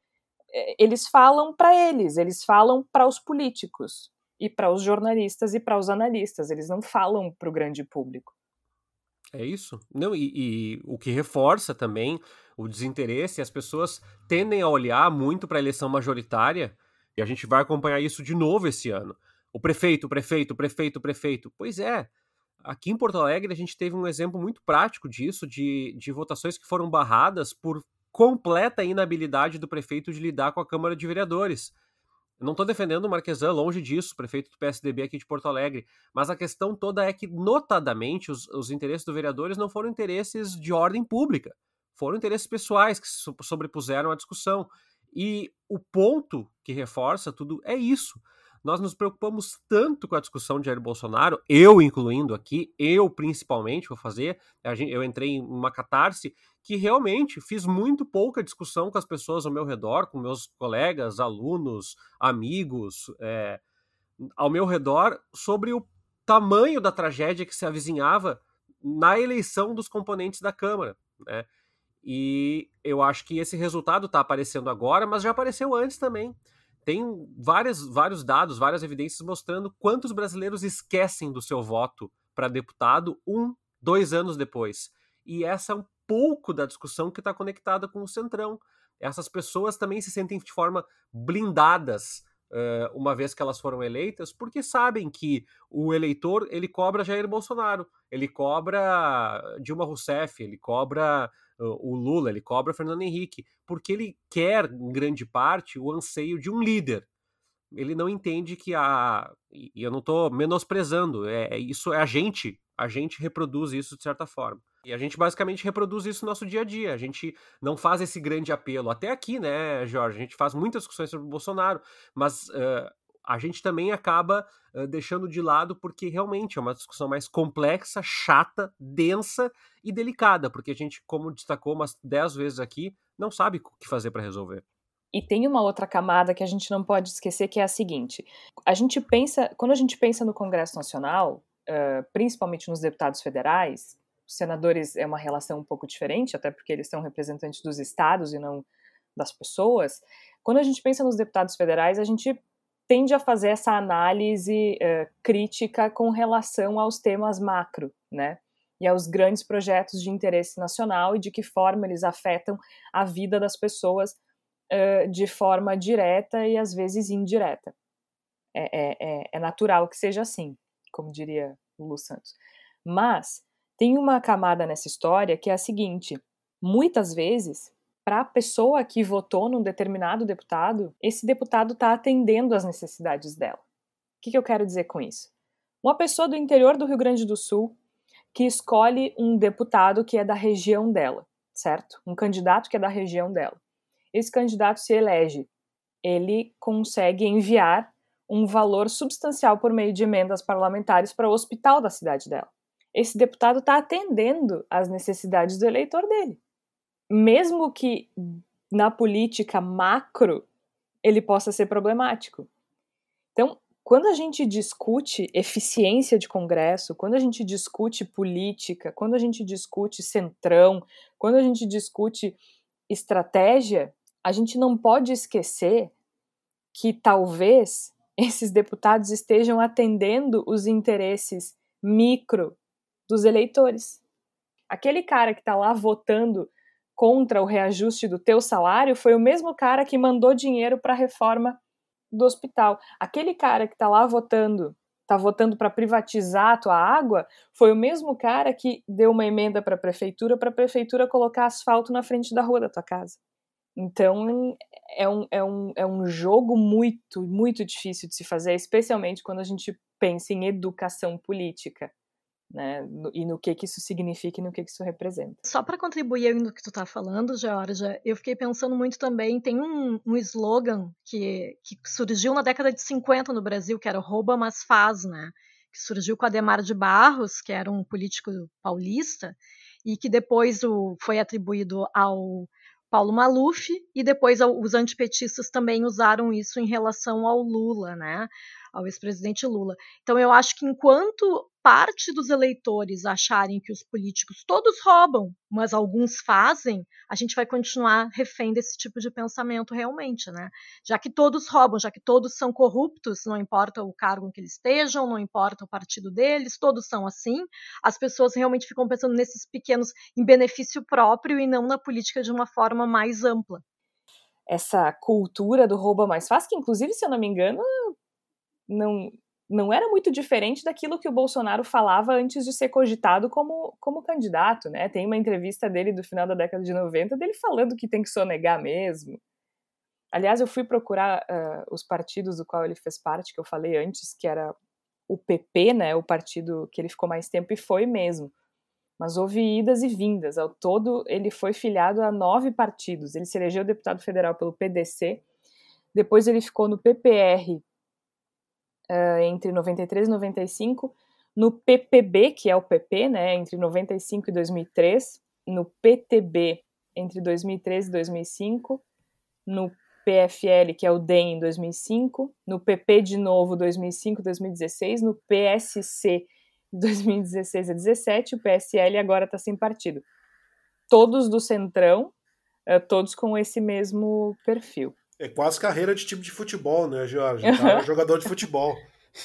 Eles falam para eles, eles falam para os políticos, e para os jornalistas e para os analistas. Eles não falam para o grande público. É isso. Não, e, e o que reforça também o desinteresse, as pessoas tendem a olhar muito para a eleição majoritária, e a gente vai acompanhar isso de novo esse ano. O prefeito, o prefeito, o prefeito, o prefeito. Pois é, aqui em Porto Alegre a gente teve um exemplo muito prático disso, de, de votações que foram barradas por completa inabilidade do prefeito de lidar com a Câmara de Vereadores. Eu não estou defendendo o Marquesan, longe disso, prefeito do P S D B aqui de Porto Alegre, mas a questão toda é que, notadamente, os, os interesses dos vereadores não foram interesses de ordem pública, foram interesses pessoais que se sobrepuseram à discussão. E o ponto que reforça tudo é isso. Nós nos preocupamos tanto com a discussão de Jair Bolsonaro, eu incluindo aqui, eu principalmente vou fazer, eu entrei em uma catarse, que realmente fiz muito pouca discussão com as pessoas ao meu redor, com meus colegas, alunos, amigos, é, ao meu redor, sobre o tamanho da tragédia que se avizinhava na eleição dos componentes da Câmara, né? E eu acho que esse resultado está aparecendo agora, mas já apareceu antes também. Tem várias, vários dados, várias evidências mostrando quantos brasileiros esquecem do seu voto para deputado um, dois anos depois. E essa é um pouco da discussão que está conectada com o Centrão. Essas pessoas também se sentem de forma blindadas, uh, uma vez que elas foram eleitas, porque sabem que o eleitor, ele cobra Jair Bolsonaro, ele cobra Dilma Rousseff, ele cobra o Lula, ele cobra Fernando Henrique, porque ele quer, em grande parte, o anseio de um líder. Ele não entende que a... E eu não estou menosprezando, é, isso é a gente, a gente reproduz isso de certa forma. E a gente basicamente reproduz isso no nosso dia a dia, a gente não faz esse grande apelo. Até aqui, né, Jorge, a gente faz muitas discussões sobre o Bolsonaro, mas... Uh, a gente também acaba uh, deixando de lado porque realmente é uma discussão mais complexa, chata, densa e delicada, porque a gente, como destacou umas dez vezes aqui, não sabe o que fazer para resolver. E tem uma outra camada que a gente não pode esquecer, que é a seguinte: a gente pensa, quando a gente pensa no Congresso Nacional, uh, principalmente nos deputados federais, os senadores é uma relação um pouco diferente, até porque eles são representantes dos estados e não das pessoas. Quando a gente pensa nos deputados federais, a gente tende a fazer essa análise uh, crítica com relação aos temas macro, né? E aos grandes projetos de interesse nacional e de que forma eles afetam a vida das pessoas uh, de forma direta e às vezes indireta. É, é, é natural que seja assim, como diria o Lu Santos. Mas tem uma camada nessa história que é a seguinte: muitas vezes, para a pessoa que votou num determinado deputado, esse deputado está atendendo às necessidades dela. O que, que eu quero dizer com isso? Uma pessoa do interior do Rio Grande do Sul que escolhe um deputado que é da região dela, certo? Um candidato que é da região dela. Esse candidato se elege. Ele consegue enviar um valor substancial por meio de emendas parlamentares para o hospital da cidade dela. Esse deputado está atendendo às necessidades do eleitor dele. Mesmo que na política macro ele possa ser problemático. Então, quando a gente discute eficiência de Congresso, quando a gente discute política, quando a gente discute centrão, quando a gente discute estratégia, a gente não pode esquecer que talvez esses deputados estejam atendendo os interesses micro dos eleitores. Aquele cara que está lá votando contra o reajuste do teu salário foi o mesmo cara que mandou dinheiro para a reforma do hospital. Aquele cara que está lá votando, está votando para privatizar a tua água, foi o mesmo cara que deu uma emenda para a prefeitura, para a prefeitura colocar asfalto na frente da rua da tua casa. Então, é um, é um, é um jogo muito, muito difícil de se fazer, especialmente quando a gente pensa em educação política. Né, e no que, que isso significa e no que, que isso representa. Só para contribuir no que tu tá falando, Georgia, eu fiquei pensando muito também, tem um, um slogan que, que surgiu na década de cinquenta no Brasil, que era rouba mas faz, né? Que surgiu com Adhemar de Barros, que era um político paulista, e que depois o, foi atribuído ao Paulo Maluf, e depois os antipetistas também usaram isso em relação ao Lula, né? Ao ex-presidente Lula. Então eu acho que enquanto parte dos eleitores acharem que os políticos todos roubam, mas alguns fazem, a gente vai continuar refém desse tipo de pensamento realmente, né? Já que todos roubam, já que todos são corruptos, não importa o cargo em que eles estejam, não importa o partido deles, todos são assim, as pessoas realmente ficam pensando nesses pequenos em benefício próprio e não na política de uma forma mais ampla. Essa cultura do rouba mais faz, que inclusive, se eu não me engano, não, não era muito diferente daquilo que o Bolsonaro falava antes de ser cogitado como, como candidato, né? Tem uma entrevista dele do final da década de noventa, dele falando que tem que sonegar mesmo. Aliás, eu fui procurar uh, os partidos do qual ele fez parte, que eu falei antes, que era o P P, né? O partido que ele ficou mais tempo, e foi mesmo. Mas houve idas e vindas. Ao todo, ele foi filiado a nove partidos. Ele se elegeu deputado federal pelo P D C, depois ele ficou no P P R, Uh, entre noventa e três e noventa e cinco, no P P B, que é o P P, né, entre noventa e cinco e dois mil e três, no P T B entre dois mil e treze e dois mil e cinco, no P F L, que é o D E M em dois mil e cinco, no P P de novo dois mil e cinco, dois mil e dezesseis, no P S C dois mil e dezesseis a dezessete, o P S L agora está sem partido. Todos do Centrão, todos com esse mesmo perfil. É quase carreira de time de futebol, né, Jorge? Tá jogador de futebol.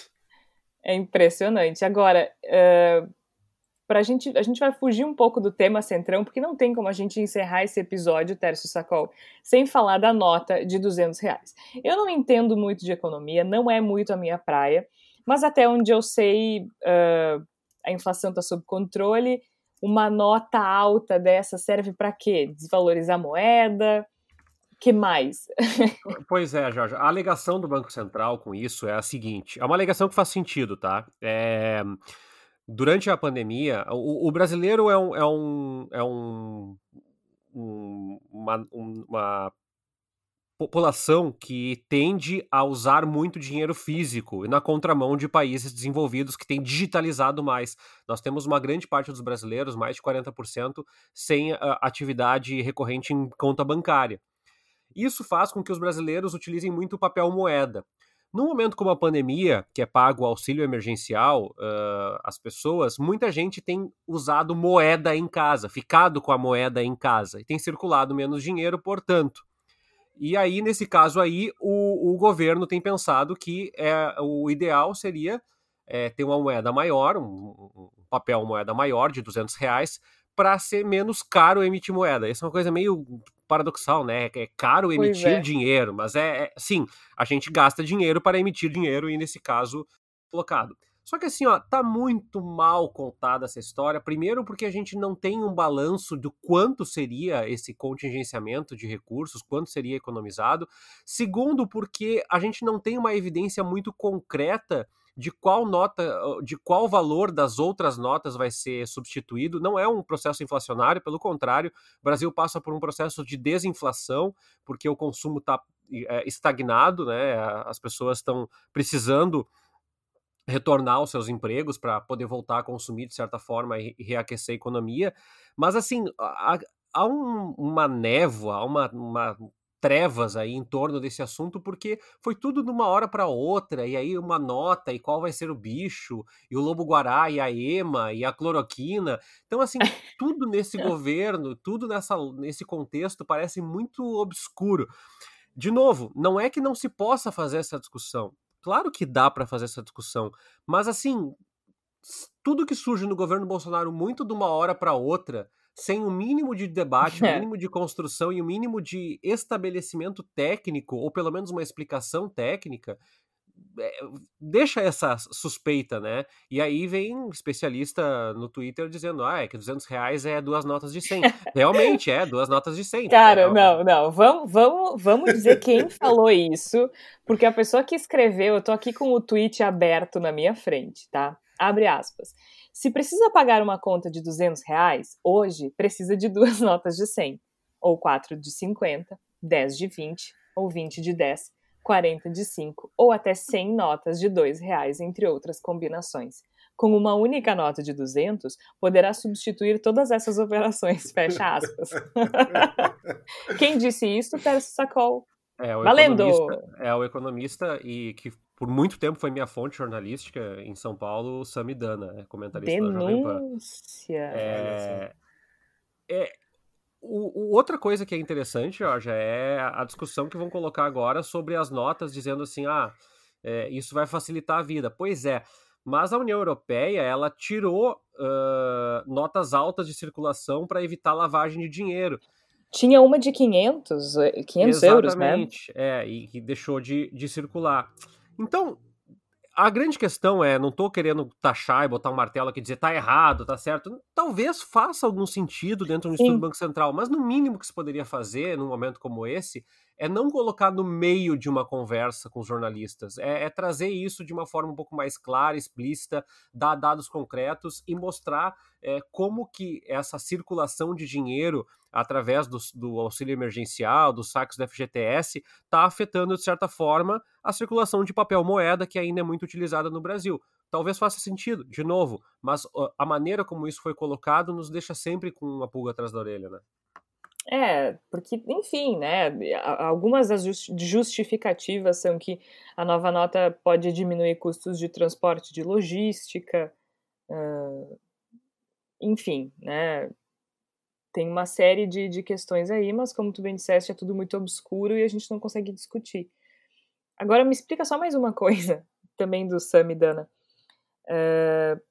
É impressionante. Agora, uh, pra gente, a gente vai fugir um pouco do tema Centrão, porque não tem como a gente encerrar esse episódio, Tércio Sacol, sem falar da nota de duzentos reais. Eu não entendo muito de economia, não é muito a minha praia, mas até onde eu sei, uh, a inflação está sob controle. Uma nota alta dessa serve para quê? Desvalorizar a moeda? Que mais? Pois é, Jorge. A alegação do Banco Central com isso é a seguinte. É uma alegação que faz sentido, tá? É... Durante a pandemia, o, o brasileiro é um, é um, é um, um uma, uma população que tende a usar muito dinheiro físico e na contramão de países desenvolvidos que têm digitalizado mais. Nós temos uma grande parte dos brasileiros, mais de quarenta por cento, sem uh, atividade recorrente em conta bancária. Isso faz com que os brasileiros utilizem muito papel moeda. Num momento como a pandemia, que é pago o auxílio emergencial, uh, as pessoas, muita gente tem usado moeda em casa, ficado com a moeda em casa, e tem circulado menos dinheiro, portanto. E aí, nesse caso aí, o, o governo tem pensado que é, o ideal seria é, ter uma moeda maior, um, um papel moeda maior de duzentos reais, para ser menos caro emitir moeda. Isso é uma coisa meio paradoxal, né? É caro emitir é. dinheiro, mas é, é, sim, a gente gasta dinheiro para emitir dinheiro e, nesse caso, colocado. Só que assim, ó, tá muito mal contada essa história. Primeiro porque a gente não tem um balanço do quanto seria esse contingenciamento de recursos, quanto seria economizado. Segundo porque a gente não tem uma evidência muito concreta de qual nota, de qual valor das outras notas vai ser substituído. Não é um processo inflacionário, pelo contrário, o Brasil passa por um processo de desinflação, porque o consumo está é, estagnado, né? As pessoas estão precisando retornar aos seus empregos para poder voltar a consumir de certa forma e reaquecer a economia. Mas assim, há, há um, uma névoa, há uma, uma trevas aí em torno desse assunto, porque foi tudo de uma hora para outra, e aí uma nota, e qual vai ser o bicho, e o lobo-guará, e a ema, e a cloroquina. Então assim, tudo nesse governo, tudo nessa, nesse contexto parece muito obscuro. De novo, não é que não se possa fazer essa discussão. Claro que dá para fazer essa discussão, mas assim, tudo que surge no governo Bolsonaro muito de uma hora para outra, sem o um mínimo de debate, o um mínimo de construção e o um mínimo de estabelecimento técnico, ou pelo menos uma explicação técnica, é, deixa essa suspeita, né? E aí vem um especialista no Twitter dizendo, ah, é que duzentos reais é duas notas de cem. Realmente é, duas notas de cem. Cara, é, não, não, vamos, vamos, vamos dizer quem falou isso, porque a pessoa que escreveu, eu tô aqui com o tweet aberto na minha frente, tá? Abre aspas. Se precisa pagar uma conta de duzentos reais, hoje precisa de duas notas de cem, ou quatro de cinquenta, dez de vinte, ou vinte de dez, quarenta de cinco, ou até cem notas de dois reais, entre outras combinações. Com uma única nota de duzentos, poderá substituir todas essas operações, fecha aspas. Quem disse isso? Tércio Sacol. É o, Valendo! Economista, é o economista e que por muito tempo foi minha fonte jornalística em São Paulo, Samidana, comentarista Denúncia. da Jovem Pan. É, é, o, o, outra coisa que é interessante, Jorge, é a discussão que vão colocar agora sobre as notas, dizendo assim, ah, é, isso vai facilitar a vida. Pois é, mas a União Europeia, ela tirou uh, notas altas de circulação para evitar lavagem de dinheiro. Tinha uma de quinhentos, quinhentos euros, né? Exatamente, é, e que deixou de, de circular. Então, a grande questão é, não estou querendo taxar e botar um martelo aqui e dizer tá errado, tá certo. Talvez faça algum sentido dentro do estudo do Banco Central, mas no mínimo que se poderia fazer num momento como esse é não colocar no meio de uma conversa com os jornalistas, é, é trazer isso de uma forma um pouco mais clara, explícita, dar dados concretos e mostrar é, como que essa circulação de dinheiro através do, do auxílio emergencial, dos saques do F G T S, está afetando, de certa forma, a circulação de papel moeda, que ainda é muito utilizada no Brasil. talvez faça sentido, de novo, mas a maneira como isso foi colocado nos deixa sempre com uma pulga atrás da orelha, né? É, porque, enfim, né, algumas das justificativas são que a nova nota pode diminuir custos de transporte, de logística, uh, enfim, né, tem uma série de, de questões aí, mas como tu bem disseste, é tudo muito obscuro e a gente não consegue discutir. Agora me explica só mais uma coisa, também do Sam e Dana, uh,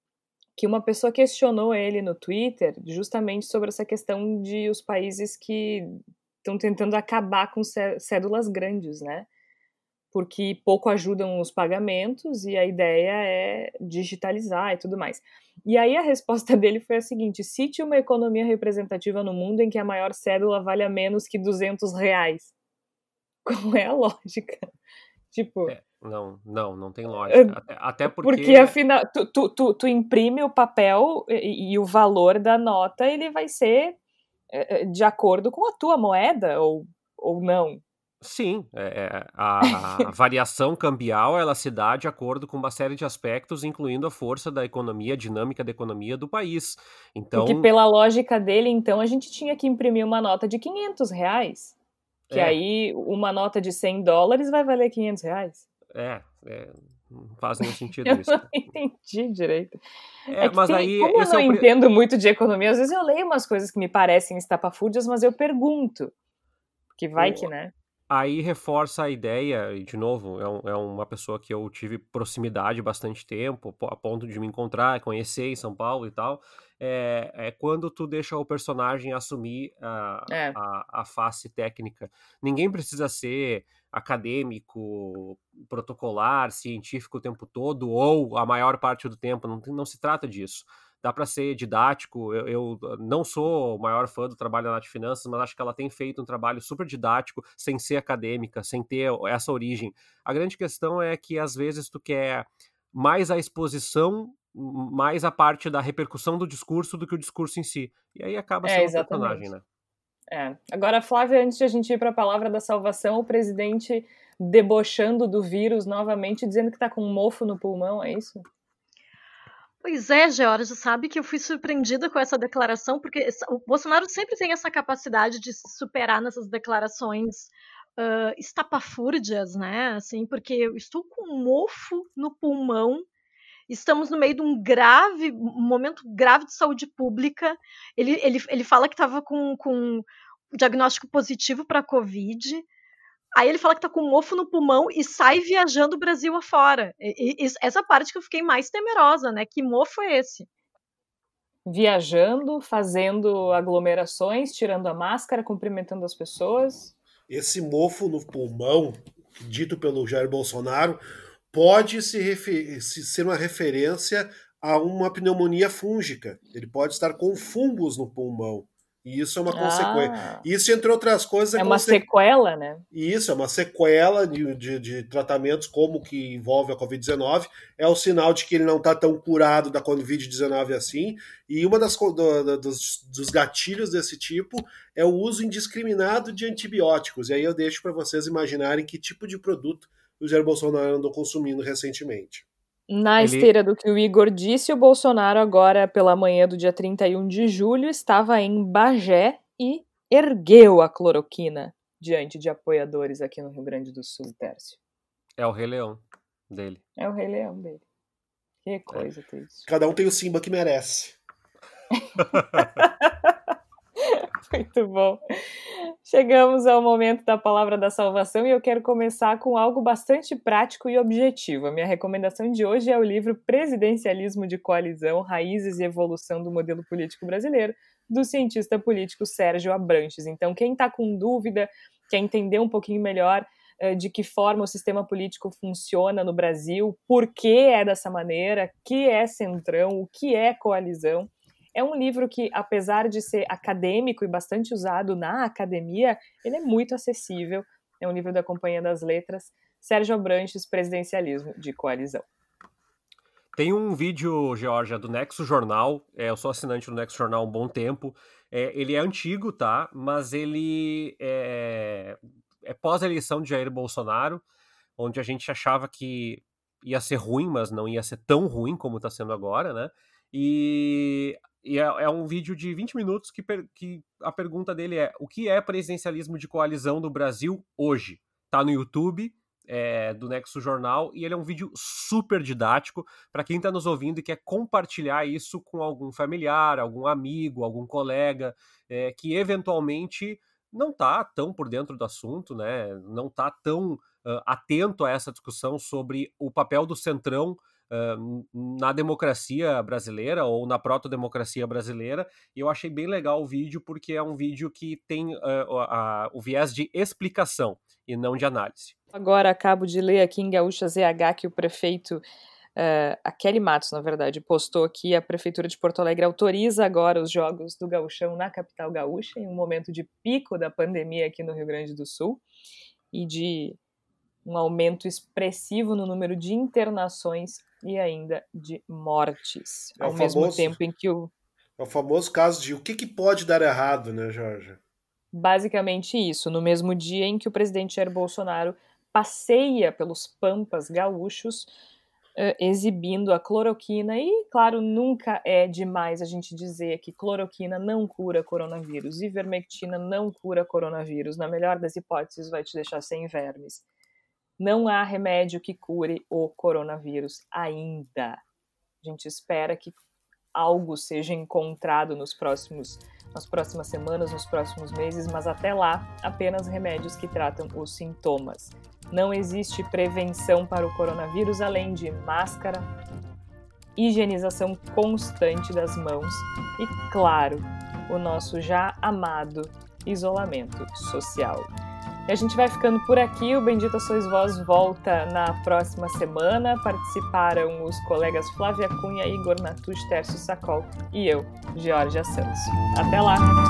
que uma pessoa questionou ele no Twitter justamente sobre essa questão de os países que estão tentando acabar com cédulas grandes, né? Porque pouco ajudam os pagamentos e a ideia é digitalizar e tudo mais. E aí a resposta dele foi a seguinte: cite uma economia representativa no mundo em que a maior cédula valha menos que duzentos reais. Qual é a lógica? Tipo... É. Não, não, não tem lógica. Até, até porque... Porque, afinal, tu, tu, tu, tu imprime o papel e, e o valor da nota, ele vai ser de acordo com a tua moeda, ou, ou não? Sim, é, a, a variação cambial, ela se dá de acordo com uma série de aspectos, incluindo a força da economia, a dinâmica da economia do país. Então... Porque pela lógica dele, então, a gente tinha que imprimir uma nota de quinhentos reais. Que é. Aí, uma nota de cem dólares vai valer quinhentos reais. É, é, não faz nenhum sentido eu isso. Eu não entendi direito. É, é mas tem, aí, como eu não é o... entendo muito de economia, às vezes eu leio umas coisas que me parecem estapafúrdias, mas eu pergunto. Porque vai o... que, né? Aí reforça a ideia, e de novo, é, um, é uma pessoa que eu tive proximidade bastante tempo, a ponto de me encontrar, conhecer em São Paulo e tal, é, é quando tu deixa o personagem assumir a, é. a, a face técnica. Ninguém precisa ser acadêmico, protocolar, científico o tempo todo, ou a maior parte do tempo, não, não se trata disso. Dá para ser didático. Eu, eu não sou o maior fã do trabalho da Nath Finanças, mas acho que ela tem feito um trabalho super didático, sem ser acadêmica, sem ter essa origem. A grande questão é que, às vezes, tu quer mais a exposição, mais a parte da repercussão do discurso do que o discurso em si. E aí acaba sendo é, um personagem, né? É. Agora, Flávia, antes de a gente ir para a palavra da salvação, o presidente debochando do vírus novamente, dizendo que tá com um mofo no pulmão, é isso? Pois é, Georgia, sabe que eu fui surpreendida com essa declaração, porque o Bolsonaro sempre tem essa capacidade de se superar nessas declarações uh, estapafúrdias, né? Assim, porque eu estou com um mofo no pulmão, estamos no meio de um grave, um momento grave de saúde pública. Ele, ele, ele fala que estava com, com diagnóstico positivo para a Covid. Aí ele fala que tá com mofo no pulmão e sai viajando o Brasil afora. E, e, essa parte que eu fiquei mais temerosa, né? Que mofo é esse? Viajando, fazendo aglomerações, tirando a máscara, cumprimentando as pessoas. Esse mofo no pulmão, dito pelo Jair Bolsonaro, pode se, refer- se ser uma referência a uma pneumonia fúngica. Ele pode estar com fungos no pulmão. E isso é uma ah, consequência. Isso, entre outras coisas... É, é uma conse... sequela, né? Isso, é uma sequela de, de, de tratamentos como que envolve a covid dezenove. É o sinal de que ele não está tão curado da covid dezenove assim. E uma das do, dos, dos gatilhos desse tipo é o uso indiscriminado de antibióticos. E aí eu deixo para vocês imaginarem que tipo de produto o Jair Bolsonaro andou consumindo recentemente. Na Ele... esteira do que o Igor disse, o Bolsonaro agora, pela manhã do dia trinta e um de julho, estava em Bagé e ergueu a cloroquina diante de apoiadores aqui no Rio Grande do Sul, Tércio. É o Rei Leão dele. É o Rei Leão dele. Que coisa é. triste. Cada um tem o Simba que merece. Muito bom. Chegamos ao momento da palavra da salvação e eu quero começar com algo bastante prático e objetivo. A minha recomendação de hoje é o livro Presidencialismo de Coalizão, Raízes e Evolução do Modelo Político Brasileiro, do cientista político Sérgio Abranches. Então, quem está com dúvida, quer entender um pouquinho melhor uh, de que forma o sistema político funciona no Brasil, por que é dessa maneira, o que é centrão, o que é coalizão, é um livro que, apesar de ser acadêmico e bastante usado na academia, ele é muito acessível. É um livro da Companhia das Letras, Sérgio Abranches, Presidencialismo de Coalizão. Tem um vídeo, Georgia, do Nexo Jornal. É, eu sou assinante do Nexo Jornal há um bom tempo. É, ele é antigo, tá? Mas ele é, é pós-eleição de Jair Bolsonaro, onde a gente achava que ia ser ruim, mas não ia ser tão ruim como está sendo agora, né? E, e é, é um vídeo de vinte minutos que, per, que a pergunta dele é: o que é presidencialismo de coalizão no Brasil hoje? Tá no YouTube, é, do Nexo Jornal, e ele é um vídeo super didático para quem está nos ouvindo e quer compartilhar isso com algum familiar, algum amigo, algum colega, é, que eventualmente não está tão por dentro do assunto, né? Não está tão uh, atento a essa discussão sobre o papel do Centrão uh, na democracia brasileira ou na proto-democracia brasileira. E eu achei bem legal o vídeo, porque é um vídeo que tem uh, a, a, o viés de explicação e não de análise. Agora acabo de ler aqui em Gaúcha Z H que o prefeito, uh, a Kelly Matos, na verdade, postou que a Prefeitura de Porto Alegre autoriza agora os jogos do Gauchão na capital gaúcha, em um momento de pico da pandemia aqui no Rio Grande do Sul, e de um aumento expressivo no número de internações e ainda de mortes, é ao famoso, mesmo tempo em que o... É o famoso caso de o que, que pode dar errado, né, Jorge? Basicamente isso, no mesmo dia em que o presidente Jair Bolsonaro passeia pelos pampas gaúchos, uh, exibindo a cloroquina, e, claro, nunca é demais a gente dizer que cloroquina não cura coronavírus, ivermectina não cura coronavírus, na melhor das hipóteses vai te deixar sem vermes. Não há remédio que cure o coronavírus ainda. A gente espera que algo seja encontrado nos próximos, nas próximas semanas, nos próximos meses, mas até lá, apenas remédios que tratam os sintomas. Não existe prevenção para o coronavírus além de máscara, higienização constante das mãos e, claro, o nosso já amado isolamento social. E a gente vai ficando por aqui, o Bendita Sois Vós volta na próxima semana. Participaram os colegas Flávia Cunha, Igor Natush, Tércio Sacol e eu, Georgia Santos. Até lá!